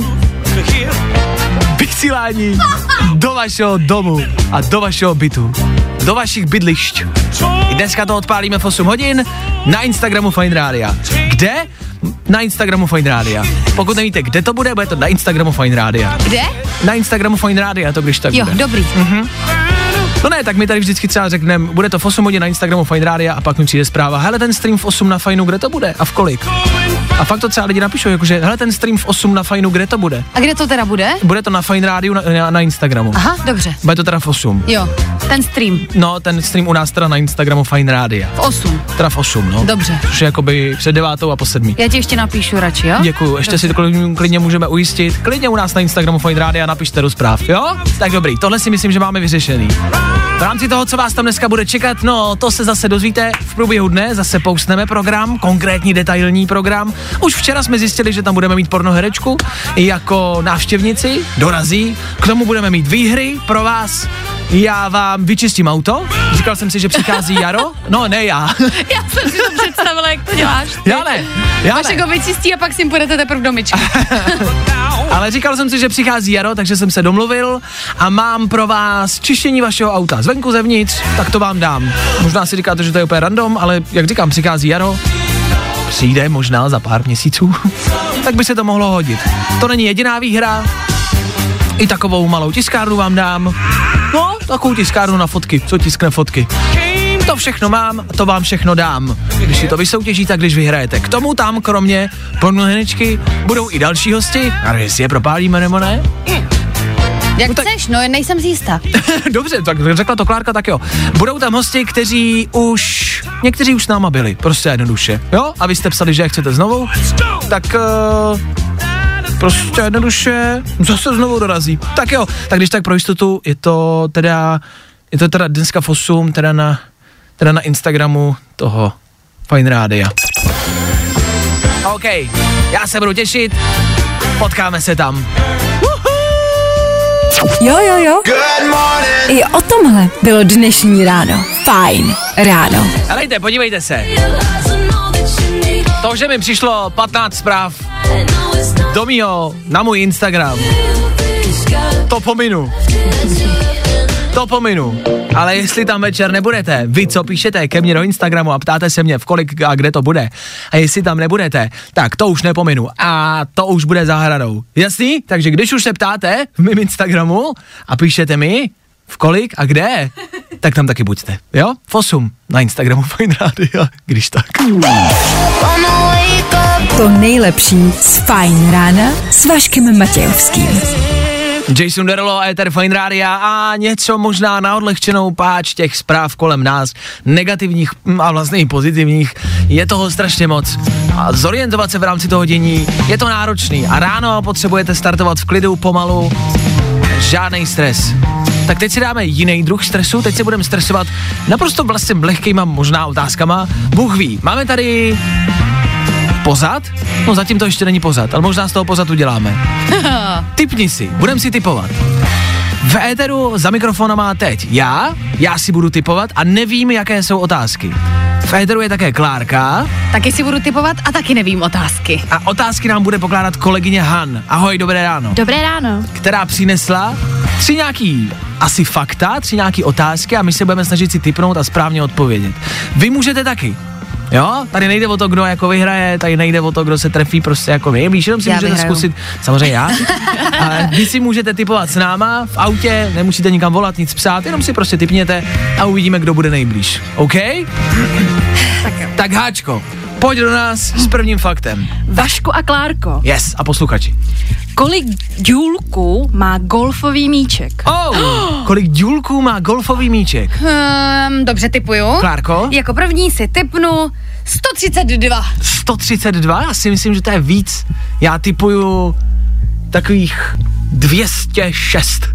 vysílání do vašeho domu a do vašeho bytu, do vašich bydlišť. I dneska to odpálíme v osm hodin na Instagramu Fajn Rádia. Kde? Na Instagramu Fajn Rádia. Pokud nevíte, kde to bude, bude to na Instagramu Fajn Rádia. Kde? Na Instagramu Fajn Rádia, to když tak jo, bude. dobrý. Mhm. No ne, tak my tady vždycky třeba řekneme, bude to v osm hodin na Instagramu Fajn Rádia a pak mi přijde zpráva, hele, ten stream v osm na Fajnu, kde to bude a v kolik? A fakt to třeba lidi napíšou, jakože, hele, ten stream v osm na Fajnu, kde to bude? A kde to teda bude? Bude to na Fajn Rádiu na, na, na Instagramu. Aha, dobře. Bude to teda v osm. Jo, ten stream. No, ten stream u nás teda na Instagramu Fajn Rádia. V osm. Teda v osm, no. Dobře. Což je jakoby před devátou a po sedmí. Já ti ještě napíšu radši, jo? Děkuju, ještě dobře. si to klidně, klidně můžeme ujistit. Klidně u nás na Instagramu Fajn Rádia napište do zpráv, jo? Tak dobrý, tohle si myslím, že máme vyřešený. V rámci toho, co vás tam dneska bude čekat, no to se zase dozvíte v průběhu dne, zase postneme program, konkrétní detailní program. Už včera jsme zjistili, že tam budeme mít pornoherečku jako návštěvnici, dorazí, k tomu budeme mít výhry pro vás. Já vám vyčistím auto, říkal jsem si, že přichází jaro, no ne já. Já jsem si to představila, jak to děláš. Ty. Já ne, já Vašek ne. ho vyčistí a pak si jim půjdete teprve do myčky. Ale říkal jsem si, že přichází jaro, takže jsem se domluvil a mám pro vás čištění vašeho auta. Zvenku, zevnitř, tak to vám dám. Možná si říkáte, že to je úplně random, ale jak říkám, přichází jaro, přijde možná za pár měsíců, tak by se to mohlo hodit. To není jediná výhra, i takovou malou tiskárnu vám dám. No, takovou tiskárnu na fotky, co tiskne fotky. To všechno mám, to vám všechno dám. Když si to vysoutěží, tak když vyhrajete. K tomu tam, kromě pornoherečky, budou i další hosti. A jestli je propálíme nebo ne? Jak No tak- chceš, no nejsem si jistá. Dobře, tak řekla to Klárka, tak jo. Budou tam hosti, kteří už, někteří už s náma byli, prostě jednoduše, jo? A vy jste psali, že je chcete znovu, tak uh, prostě jednoduše zase znovu dorazí. Tak jo, tak když tak pro jistotu, je to teda, je to teda dneska v osm, teda na, teda na Instagramu toho Fajn Rádia. OK, já se budu těšit, potkáme se tam. Jo, jo, jo. I o tomhle bylo dnešní ráno. Fajn ráno. Helejte, podívejte se. To, že mi přišlo patnáct zpráv do mýho, na můj Instagram, to pominu. To pominu. Ale jestli tam večer nebudete, vy co píšete ke mně do Instagramu a ptáte se mě v kolik a kde to bude, a jestli tam nebudete, tak to už nepominu a to už bude za hradou. Jasný? Takže když už se ptáte v mém Instagramu a píšete mi v kolik a kde, tak tam taky buďte. Jo? V osm na Instagramu Fajn Rádia, když tak. To nejlepší z Fajn rána s Vaškem Matějovským. Jason Derulo, éter Fajn Rádia a něco možná na odlehčenou páč těch zpráv kolem nás, negativních a vlastně i pozitivních, je toho strašně moc. A zorientovat se v rámci toho dění je to náročný a ráno potřebujete startovat v klidu, pomalu, žádný stres. Tak teď si dáme jiný druh stresu, teď se budeme stresovat naprosto vlastně lehkýma možná otázkama. Bůh ví, máme tady pozad? No zatím to ještě není pozad, ale možná z toho pozad uděláme. Tipni si, budem si tipovat. V éteru za mikrofonama teď já, já si budu tipovat a nevím, jaké jsou otázky. V éteru je také Klárka. Taky si budu tipovat a taky nevím otázky. A otázky nám bude pokládat kolegyně Han. Ahoj, dobré ráno. Dobré ráno. Která přinesla tři nějaký asi fakta, tři nějaký otázky a my se budeme snažit si tipnout a správně odpovědět. Vy můžete taky. Jo, tady nejde o to, kdo jako vyhraje, tady nejde o to, kdo se trefí prostě jako nejblíž, jenom si já můžete vyhraju. Zkusit, samozřejmě já, ale vy si můžete tipovat s náma v autě, nemusíte nikam volat, nic psát, jenom si prostě tipněte a uvidíme, kdo bude nejblíž, OK? Tak, tak Háčko, pojď do nás s prvním faktem. Vašku a Klárko. Yes, a posluchači. Kolik důlků má golfový míček? Oh, kolik důlků má golfový míček? Um, dobře, tipuju. Klárko? Jako první si tipnu sto třicet dva. sto třicet dva? Já si myslím, že to je víc. Já tipuju takových dvě stě šest.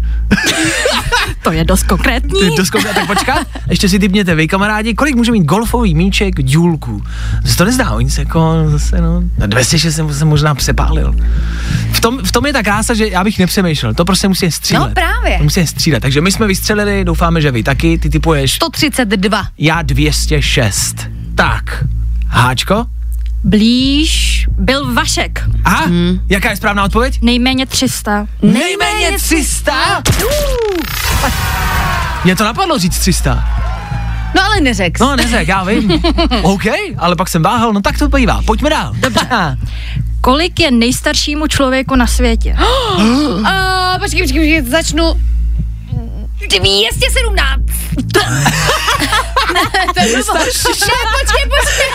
To je dost konkrétní. To je dost konkrétní, tak počkat, ještě si tipněte vy, kamarádi, kolik může mít golfový míček důlků? To se to nezdá, oni se jako zase, no, na dvě stě šest jsem se možná přepálil. V tom, v tom je ta krása, že já bych nepřemýšlel, to prostě musí střílet. No právě. To musí střílet, takže my jsme vystřelili, doufáme, že vy taky, ty tipuješ. sto třicet dva. Já dvě stě šest. Tak, Háčko? Blíž byl Vašek. Aha, hmm. Jaká je správná odpověď? Nejméně tři sta. Nejméně tři sta? Uh. Mě to napadlo říct tři sta. No ale neřek. No neřek, já vím. OK, ale pak jsem váhal, no tak to bývá. Pojďme dál. Dobře. Kolik je nejstaršímu člověku na světě? uh, počkej, počkej, počkej, začnu. dvě stě sedmnáct. To je nejstarší. Ne, počkej, počkej.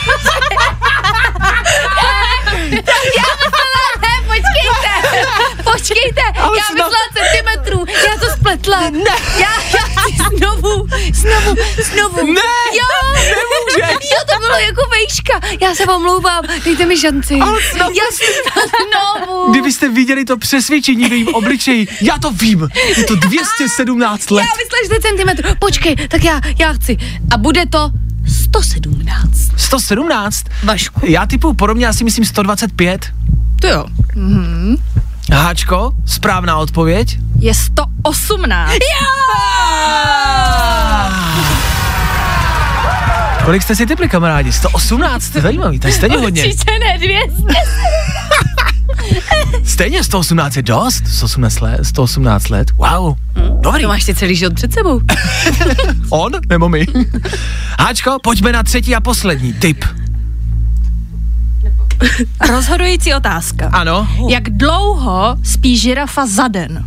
Já myslela, ne, počkejte. Počkejte, ale já snad... myslela centimetrů. Já to spletla. Ne. Já, já chci znovu, znovu, znovu. Ne, jo, nemůžeš. Jo, to bylo jako vejška. Já se omlouvám, dejte mi šanci. Ale snad... Já si znovu. Kdybyste viděli to přesvědčení v jejím obličeji, já to vím. Je to dvě stě sedmnáct let. Já myslela, že to je centimetr. Počkej, tak já, já chci. A bude to sto sedmnáct. sto sedmnáct? Vašku. Já typu podobně, já si myslím sto dvacet pět. To jo. Mhm. Háčko, správná odpověď? Je sto osmnáct. Jo! Kolik jste si tipli, kamarádi? sto osmnáct, to je zajímavý, to je stejně hodně. Určitě ne dvě stě. Stejně sto osmnáct je dost, sto osmnáct let, sto osmnáct let, wow, dobrý. To máš ty celý život před sebou. On nebo my? Háčko, pojďme na třetí a poslední tip. Rozhodující otázka. Ano. Jak dlouho spí žirafa za den?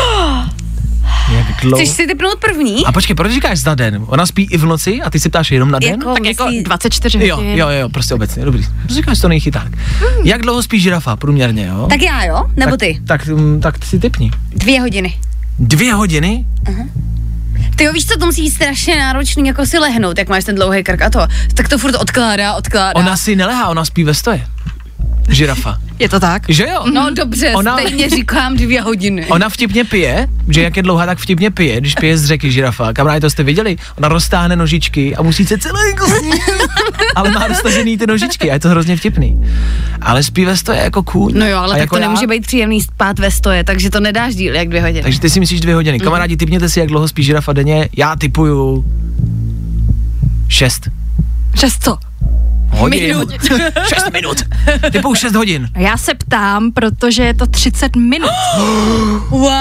Jak dlouho? Chceš si tipnout první? A počkej, proč říkáš za den? Ona spí i v noci a ty se ptáš jenom na den? Jako, Tak jako myslí... dvacet čtyři hodin. Jo, jo, jo, prostě obecně, dobrý. Říkáš to nejchyták. Hmm. Jak dlouho spí žirafa průměrně, jo? Tak já jo? Nebo tak, ty? Tak, tak, tak si tipni. Dvě hodiny. Dvě hodiny? Ty jo, víš co, to musí být strašně náročný, jako si lehnout, jak máš ten dlouhý krk a to. Tak to furt odkládá, odkládá. Ona si nelehá, ona spí ve stoje. Žirafa. Je to tak? Že jo? No dobře, Ona- stejně říkám dvě hodiny. Ona vtipně pije, že jak je dlouhá, tak vtipně pije, když pije z řeky žirafa. Kamarádi, to jste viděli? Ona roztáhne nožičky a musí se celé jako ale má roztažený ty nožičky a je to hrozně vtipný. Ale spí ve stoje jako kůň. No jo, ale a tak jako to já. nemůže být příjemný spát ve stoje, takže to nedáš díl jak dvě hodiny. Takže ty si myslíš dvě hodiny. Mm. Kamarádi, tipněte si, jak dlouho spí žirafa denně. Já tipuju šest. Šest co? Hodin. Minut. šest minut. Typuju šest hodin. Já se ptám, protože je to třicet minut. Wow.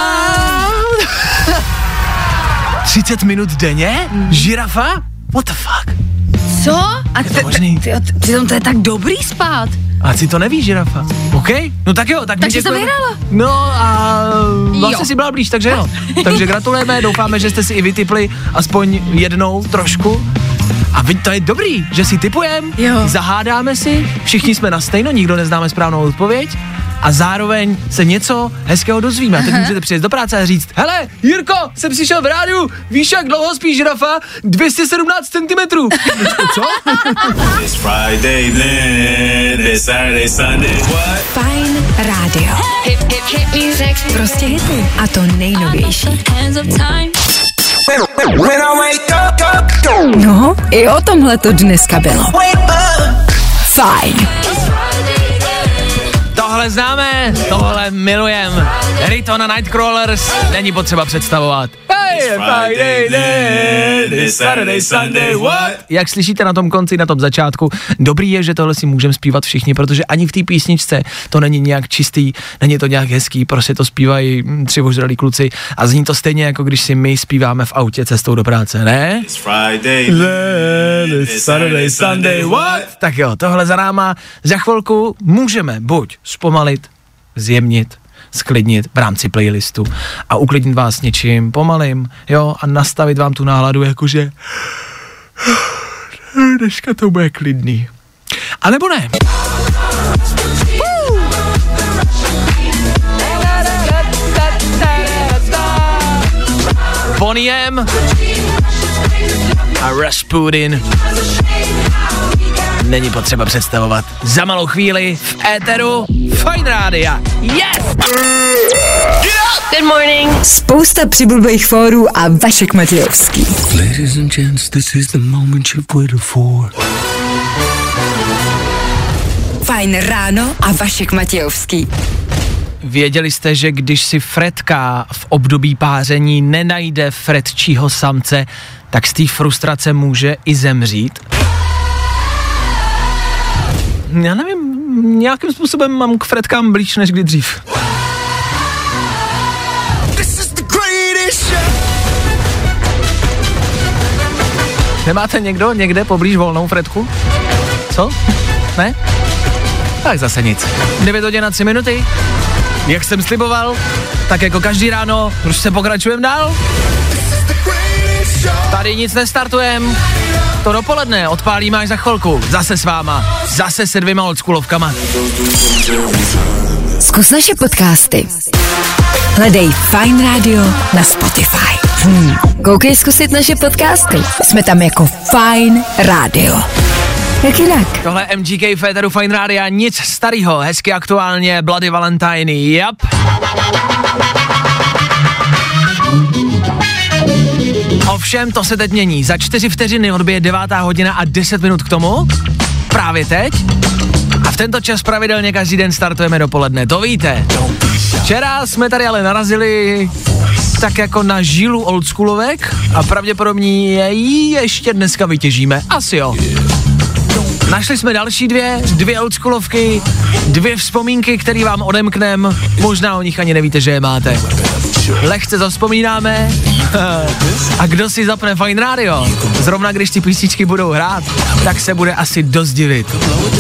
třicet minut denně? Žirafa? What the fuck? Co? A to možný? Přitom to je tak dobrý spát. A ty to nevíš, žirafa. OK? No tak jo, tak Takže jsem vyhrála. No a vlastně Jo. si byla blíž, takže jo. Takže gratulujeme, doufáme, že jste si i vytipli aspoň jednou trošku. A vy, to je dobrý, že si tipujeme, zahádáme si, všichni jsme na stejno, nikdo neznáme správnou odpověď a zároveň se něco hezkého dozvíme. A teď můžete přijet do práce a říct, hele, Jirko, jsem přišel v rádiu, víš, jak dlouho spí žirafa? dvě stě sedmnáct centimetrů. Co? It's Friday then, it's Saturday, Sunday, what? Fajn rádio. Prostě hity. A to nejnovější. No, i o tomhle to dneska bylo. Fajn. Tohle známe, tohle milujeme. Rito na Nightcrawlers není potřeba představovat. Hey, Friday, then, it's Saturday, Sunday, what? Jak slyšíte na tom konci, na tom začátku, dobrý je, že tohle si můžeme zpívat všichni, protože ani v té písničce to není nějak čistý, není to nějak hezký, prostě to zpívají tři ožralí kluci a zní to stejně, jako když si my zpíváme v autě cestou do práce, ne? It's Friday, then, it's Saturday, Sunday, what? Tak jo, tohle za náma. Za chvilku můžeme buď zpomalit, zjemnit, sklidnit v rámci playlistu a uklidnit vás něčím pomalým, jo, a nastavit vám tu náladu, jakože dneška to bude klidný. A nebo ne. Bonnie M a Rasputin. Není potřeba představovat. Za malou chvíli v éteru Fajn rádia. Yes! Good morning. Spousta přibulbých fórů a Vašek Matějovský. Ladies and gents, this is the moment you've waited for. Fajn ráno a Vašek Matějovský. Věděli jste, že když si Fredka v období páření nenajde fredčího samce, tak z té frustrace může i zemřít? Já nevím, nějakým způsobem mám k Fredkám blíž než kdy dřív. Nemáte někdo někde poblíž volnou Fredku? Co? Ne? Tak zase nic. devět hodin a tři minuty. Jak jsem sliboval, tak jako každý ráno, už se pokračujeme dál. Tady nic nestartujem. To dopoledne odpálíme až za chvilku. Zase s váma. Zase se dvěma oldschoolovkama. Zkus naše podcasty. Hledej Fajn rádio na Spotify. Hmm. Koukej zkusit naše podcasty. Jsme tam jako Fajn rádio. Jak jinak? Tohle M G K Féteru Fajn rádia, nic starýho, hezky aktuálně, Bloody Valentine, yep. Ovšem, to se teď mění. Za čtyři vteřiny odbije devátá hodina a deset minut k tomu. Právě teď. A v tento čas pravidelně každý den startujeme dopoledne, to víte. Včera jsme tady ale narazili tak jako na žilu oldschoolovek a pravděpodobně ji ještě dneska vytěžíme. Asi jo. Našli jsme další dvě, dvě oldschoolovky, dvě vzpomínky, které vám odemknem, možná o nich ani nevíte, že je máte. Lehce zavzpomínáme a kdo si zapne Fajn rádio, zrovna když ty písničky budou hrát, tak se bude asi dost divit.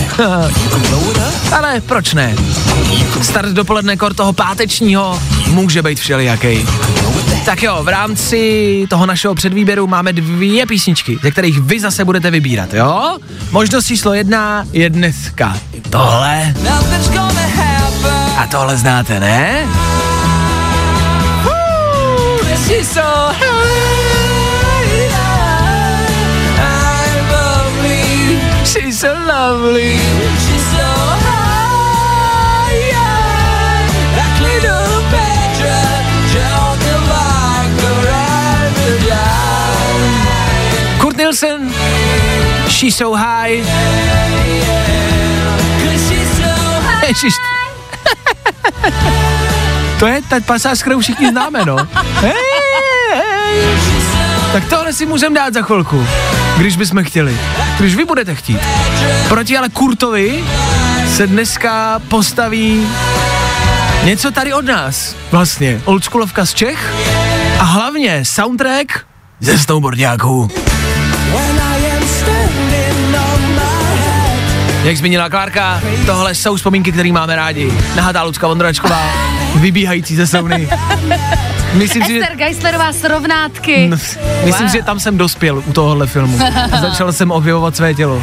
Ale proč ne? Start dopoledne kor toho pátečního může být všelijaký. Tak jo, v rámci toho našeho předvýběru máme dvě písničky, ze kterých vy zase budete vybírat, jo? Možnost číslo jedna je dneska tohle. A tohle znáte, ne? She's so lovely. She's so lovely. She's so high, like little Petra, joking like a Kurt Nielsen She's so high. Ježiš. To je ta pasáž, kterou všichni známe, no. Hey, hey. Tak tohle si můžeme dát za chvilku, když bychom chtěli. Když vy budete chtít. Proti ale Kurtovi se dneska postaví něco tady od nás. Vlastně oldschoolovka z Čech a hlavně soundtrack ze snowboardiáků. Jak zmínila Klárka, tohle jsou vzpomínky, které máme rádi. Nahatá Lucka Vondráčková, vybíhající ze sauny. Myslím si, Ester že... Geislerová z Rovnátky. No, myslím, wow. že tam jsem dospěl u tohohle filmu. Začal jsem objevovat své tělo.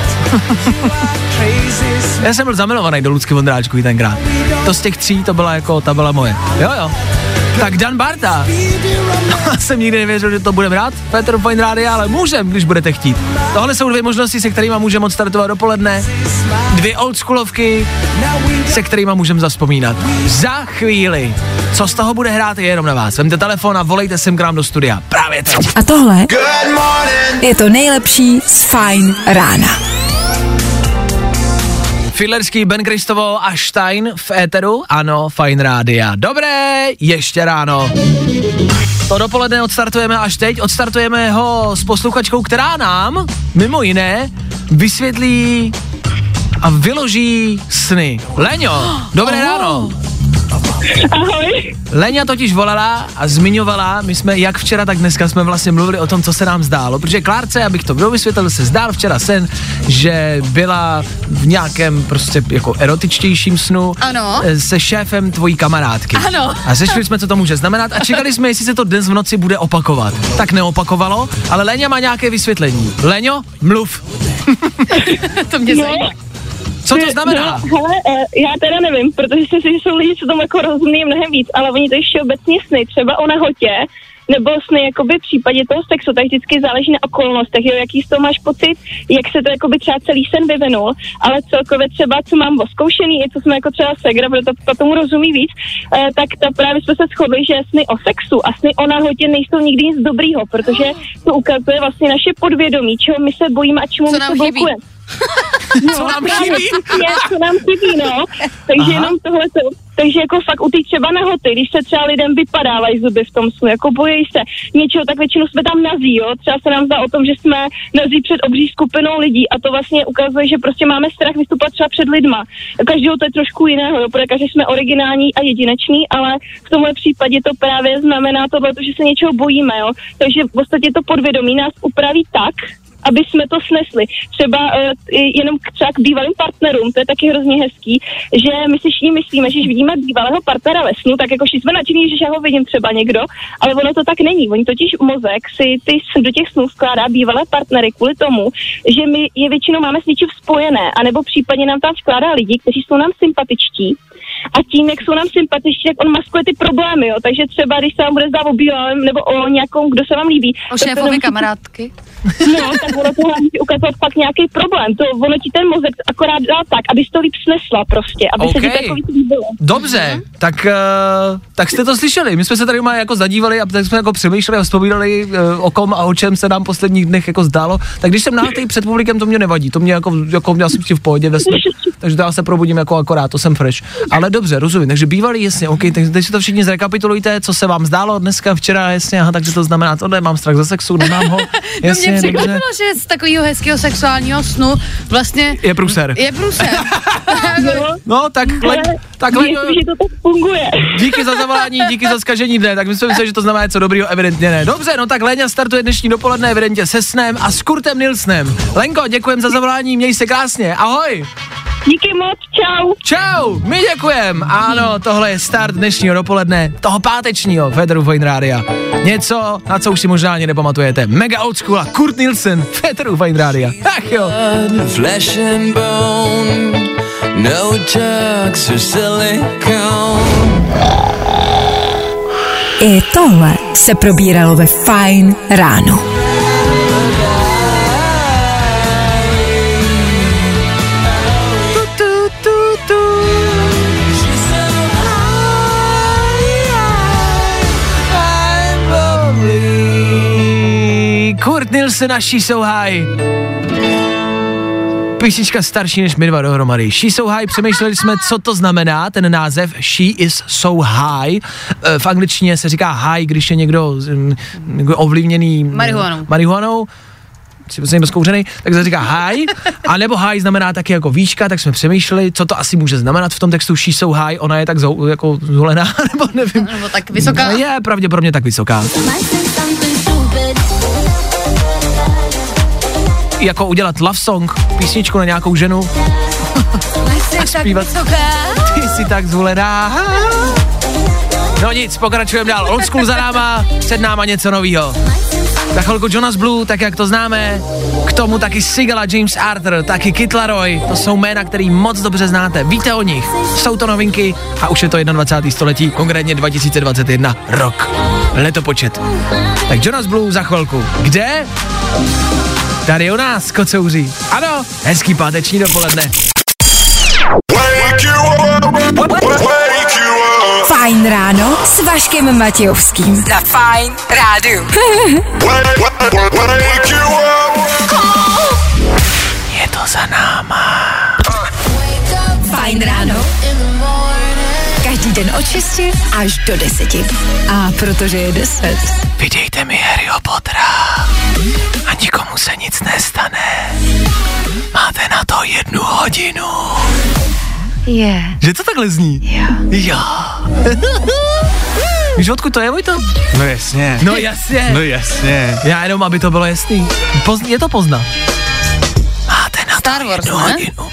Já jsem byl zamilovaný do Lucky Vondráčkový tenkrát. To z těch tří, to byla jako, ta byla moje. Jo, jo. Tak Dan Barta. Jsem nikdy nevěřil, že to budeme hrát Féteru Fajn Rádia, ale můžem, když budete chtít. Tohle jsou dvě možnosti, se kterými můžeme odstartovat dopoledne. Dvě oldschoolovky, se kterými můžeme zavzpomínat. Za chvíli. Co z toho bude hrát, je jenom na vás. Vemte telefon a volejte sem k nám do studia. Právě teď. A tohle je to nejlepší z Fajn rána. Fiedlerský, Ben Kristovo a Stein v éteru, ano, Fajn Rádia. Dobré, ještě ráno. To dopoledne odstartujeme až teď, odstartujeme ho s posluchačkou, která nám, mimo jiné, vysvětlí a vyloží sny. Leňo, dobré oh. ráno. Ahoj. Leňa totiž volala a zmiňovala, my jsme jak včera, tak dneska jsme vlastně mluvili o tom, co se nám zdálo, protože Klárce, abych to kdo vysvětlil, se zdál včera sen, že byla v nějakém prostě jako erotičtějším snu ano. se šéfem tvojí kamarádky. Ano. A řešili jsme, co to může znamenat a čekali jsme, jestli se to dnes v noci bude opakovat. Tak neopakovalo, ale Leňa má nějaké vysvětlení. Leňo, mluv. To mě zajímá. Co to znamená? No, hele, já teda nevím, protože si myslím, že jsou lidi, co tomu jako rozumí mnohem víc, ale oni to ještě obecně sny, třeba o nahotě, nebo sny jakoby v případě toho sexu, tak vždycky záleží na okolnostech, jo, jaký z toho máš pocit, jak se to jakoby třeba celý sen vyvinul, ale celkově třeba, co mám oskoušený, i co jsme jako třeba segra, protože to, to tomu rozumí víc, eh, tak ta právě jsme se shodli, že sny o sexu a sny o nahotě nejsou nikdy nic dobrýho, protože to ukazuje vlastně naše podvědomí, čeho my se bojíme a čemu co my se blokujeme. No, co nám chybí? Je, co nám chybí, no. Takže Aha. jenom tohleto. Takže jako fakt u té třeba nahoty, když se třeba lidem vypadávají zuby v tom snu, jako bojí se něčeho, tak většinou jsme tam nazí, jo. Třeba se nám zdá o tom, že jsme nazí před obří skupinou lidí a to vlastně ukazuje, že prostě máme strach vystupovat třeba před lidma. Každého to je trošku jiného, jo, protože každý jsme originální a jedineční, ale v tomhle případě to právě znamená tohle, že se něčeho bojíme, jo. Takže v podstatě to podvědomí nás upraví tak, aby jsme to snesli. Třeba uh, jenom k, třeba k bývalým partnerům, to je taky hrozně hezký, že my si všichni myslíme, že když vidíme bývalého partnera ve snu, tak jako jsme nadšení, že já ho vidím třeba někdo, ale ono to tak není. Oni totiž mozek si ty, do těch snů vkládá bývalé partnery kvůli tomu, že my je většinou máme s něčím spojené, anebo případně nám tam vkládá lidi, kteří jsou nám sympatičtí. A tím, jak jsou nám sympatičtí, tak on maskuje ty problémy, jo. Takže třeba, když se vám bude zdát o bývalém nebo o nějakou, kdo se vám líbí. O šéfovi kamarádky. No, tak ono to musí ukazovat fakt nějaký problém. To ono ti ten mozek akorát dá tak, aby to líp snesla prostě, aby okay. se ti takový líbilo. Dobře, mm-hmm. tak, uh, tak jste to slyšeli. My jsme se tady jako zadívali a tak jsme jako přemýšleli a vzpomínali, uh, o kom a o čem se nám v posledních dnech jako zdálo. Tak když jsem nahatý před publikem, to mě nevadí. To mě jako, jako já jsem v pohodě ve snu. Takže já se probudím jako akorát, to jsem fresh. Ale dobře, rozumím. Takže bývalý, jasně, OK, tak teď si to všichni zrekapitulujte, co se vám zdálo dneska, včera, jasně, aha, takže to znamená tohle, mám strach ze sexu, nemám ho. Jasně, mě překvapilo, že z takového hezkého sexuálního snu vlastně je průser. Je průser. No, tak le, tak le, že to tak funguje. Díky za zavolání, díky za zkažení dne, tak myslím si, že to znamená něco dobrýho, evidentně ne. Dobře, no tak Léňa startuje dnešní dopoledne evidentně se snem a s Kurtem Nilsnem. Lenko, děkujem za zavolání, měj se krásně, ahoj. Díky moc, čau. Čau, my děkujem. Ano, tohle je start dnešního dopoledne, toho pátečního Féteru Fajn Rádia. Něco, na co už si možná ani nepamatujete. Mega old school a Kurt Nilsen, Féteru Fajn Rádia. Ach jo. Flesh and bone, no drugs or silicone. I tohle se probíralo ve Fajn ráno. Kurt Nilsen a She's So High. písnička starší než my dva dohromady. She So High, přemýšleli jsme, co to znamená, ten název She Is So High. V angličtině se říká high, když je někdo, někdo ovlivněný marihuanou. marihuanou. Si prostě někdo zkouřený, tak se říká high, a nebo high znamená taky jako výška, tak jsme přemýšleli, co to asi může znamenat v tom textu She So High, ona je tak zou, jako zhulená, nebo nevím. Nebo tak vysoká. Je pravděpodobně tak vysoká. Jako udělat love song, písničku na nějakou ženu a zpívat. Ty jsi tak zhulená. No nic, pokračujeme dál. Old school za náma, před náma něco novýho. Za chvilku Jonas Blue, tak jak to známe, k tomu taky Sigala, James Arthur, taky Kid Laroi, to jsou jména, který moc dobře znáte, víte o nich, jsou to novinky a už je to dvacátého prvního století, konkrétně dva tisíce dvacet jedna, rok, letopočet. Tak Jonas Blue za chvilku, kde? Tady u nás, kocouří. Ano, hezký páteční dopoledne. Fajn ráno s Vaškem Matějovským. Na Fajn rádiu. Je to za náma. Fajn ráno. Každý den od šesti až do deseti. A protože je deset. Vydejte mi Harryho Pottera. A nikomu se nic nestane. Máte na to jednu hodinu. Je. Yeah. Že to takhle zní? Jo. Jo. Víš, odkud to je, Vojto? No jasně. No jasně. No jasně. Já jenom, aby to bylo jasný. Poz, je to Pozna. Máte na Star to Wars, jednu ne? hodinu.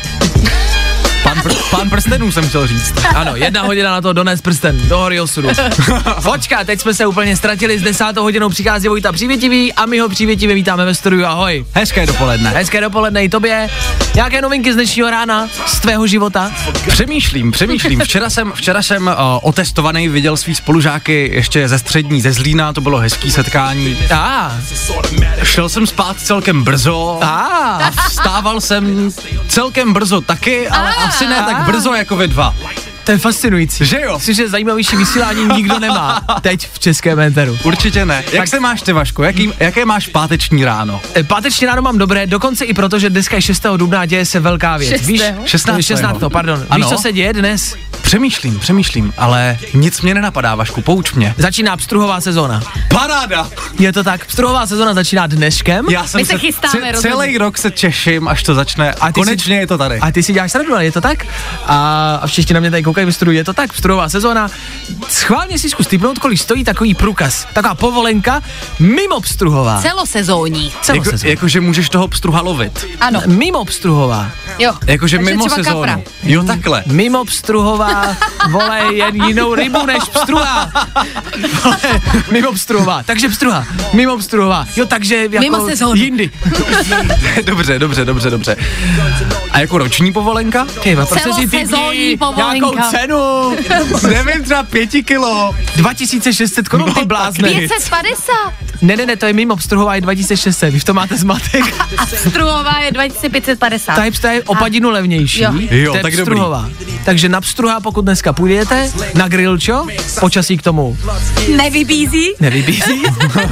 Pán, pr- pán prstenů jsem chtěl říct. Ano, jedna hodina na to dones prsten, do hory osudu. Počka, teď jsme se úplně ztratili, s desátou hodinou přichází Vojta Přívětivý a my ho přívětivě vítáme ve studiu, ahoj. Hezké dopoledne. Hezké dopoledne i tobě. Nějaké novinky z dnešního rána, z tvého života? Přemýšlím, přemýšlím. Včera jsem, včera jsem uh, otestovaný, viděl svý spolužáky ještě ze střední, ze Zlína, to bylo hezký setkání. A. Šel jsem spát celkem brzo A. a vstával jsem celkem brzo taky, ale A. asi ne tak brzo jako vy dva. To je fascinující. Že jo? Myslím, že zajímavější vysílání nikdo nemá teď v českém éteru. Určitě ne. Jak Tak- se máš ty, Vašku? Jaký, jaké máš páteční ráno? E, Páteční ráno mám dobré, dokonce i proto, že dneska je šestého dubna, děje se velká věc. Šestého? Víš? šestnáctého šestnáctého pardon. Ano. Víš, co se děje dnes? Přemýšlím, přemýšlím, ale nic mě nenapadá, Vašku, pouč mě. Začíná pstruhová sezóna. Paráda! Je to tak, pstruhová sezóna začíná dneškem. Já jsem My se chystáme, ce- rozhodně. celý rok se těším, až to začne a ty konečně si, je to tady. A ty si děláš srandu, ale je to tak? A, a všichni na mě tady koukají ve studiu, je to tak, pstruhová sezóna. Schválně si zkus tipnout, kolik stojí takový průkaz, taková povolenka mimo pstruhová. Celosezónní. Celosezóna. Jako, jakože můžeš toho pstruha lovit. Ano. Mimo pstruhová. Jo. Jakože Takže mimo třeba sezónu. kapra. Jo, takhle. Mimo pstruhová, vole, jen jinou rybu než pstruha. Vole, mimo pstruhová, takže pstruha, mimo pstruhová. Jo, takže jako Mimo sezónu. jindy. Dobře, dobře, dobře, dobře. A jako roční povolenka? Tyba, prostě si Celosezónní typni povolenka. nějakou cenu. Nevím, třeba pěti kilo. dva tisíce šest set korun, ty No, blázne. pět set padesát. Ne, ne, ne, to je mimo pstruhová, je dva tisíce šest set, vy v tom máte zmatek. A Struhová je dva tisíce pět set padesát. Ta hipsta je o padinu levnější. Jo. Jo, to je tak dobrý. pstruhová. Takže na pstruha, pokud dneska půjdete, na grill, čo? Počasí k tomu Nevybízí. nevybízí.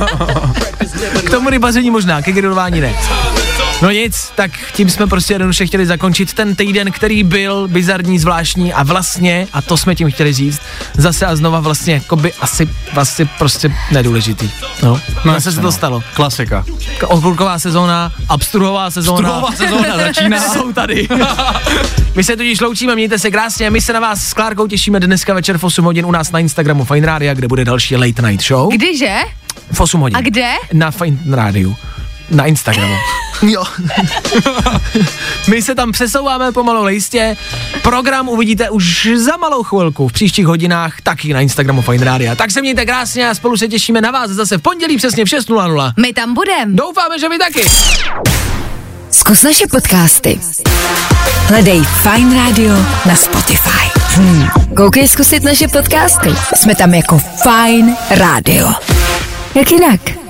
K tomu rybaření možná, ke grilování ne. No nic, tak tím jsme prostě jednoduše chtěli zakončit ten týden, který byl bizarní, zvláštní a vlastně, a to jsme tím chtěli říct, zase a znova vlastně jakoby asi vlastně prostě nedůležitý. No, no zase se to stalo. Klasika. Okurková sezóna, abstruhová sezóna. Pstruhová sezóna začíná. Jsou tady. My se tudíž loučíme, mějte se krásně, my se na vás s Klárkou těšíme dneska večer v osm hodin u nás na Instagramu Fajn Rádia, kde bude další Late Night Show. Kdyže? V osm hodin. A kde? Na Fajn Rádiu. Na Instagramu. Jo. My se tam přesouváme pomalu lejstě. Program uvidíte už za malou chvilku v příštích hodinách taky na Instagramu Fajn Rádia. Tak se mějte krásně a spolu se těšíme na vás zase v pondělí přesně v šest nula nula. My tam budem. Doufáme, že vy taky. Zkus naše podcasty. Hledej Fajn Radio na Spotify. Hmm. Koukej zkusit naše podcasty. Jsme tam jako Fajn Radio. Jak jinak?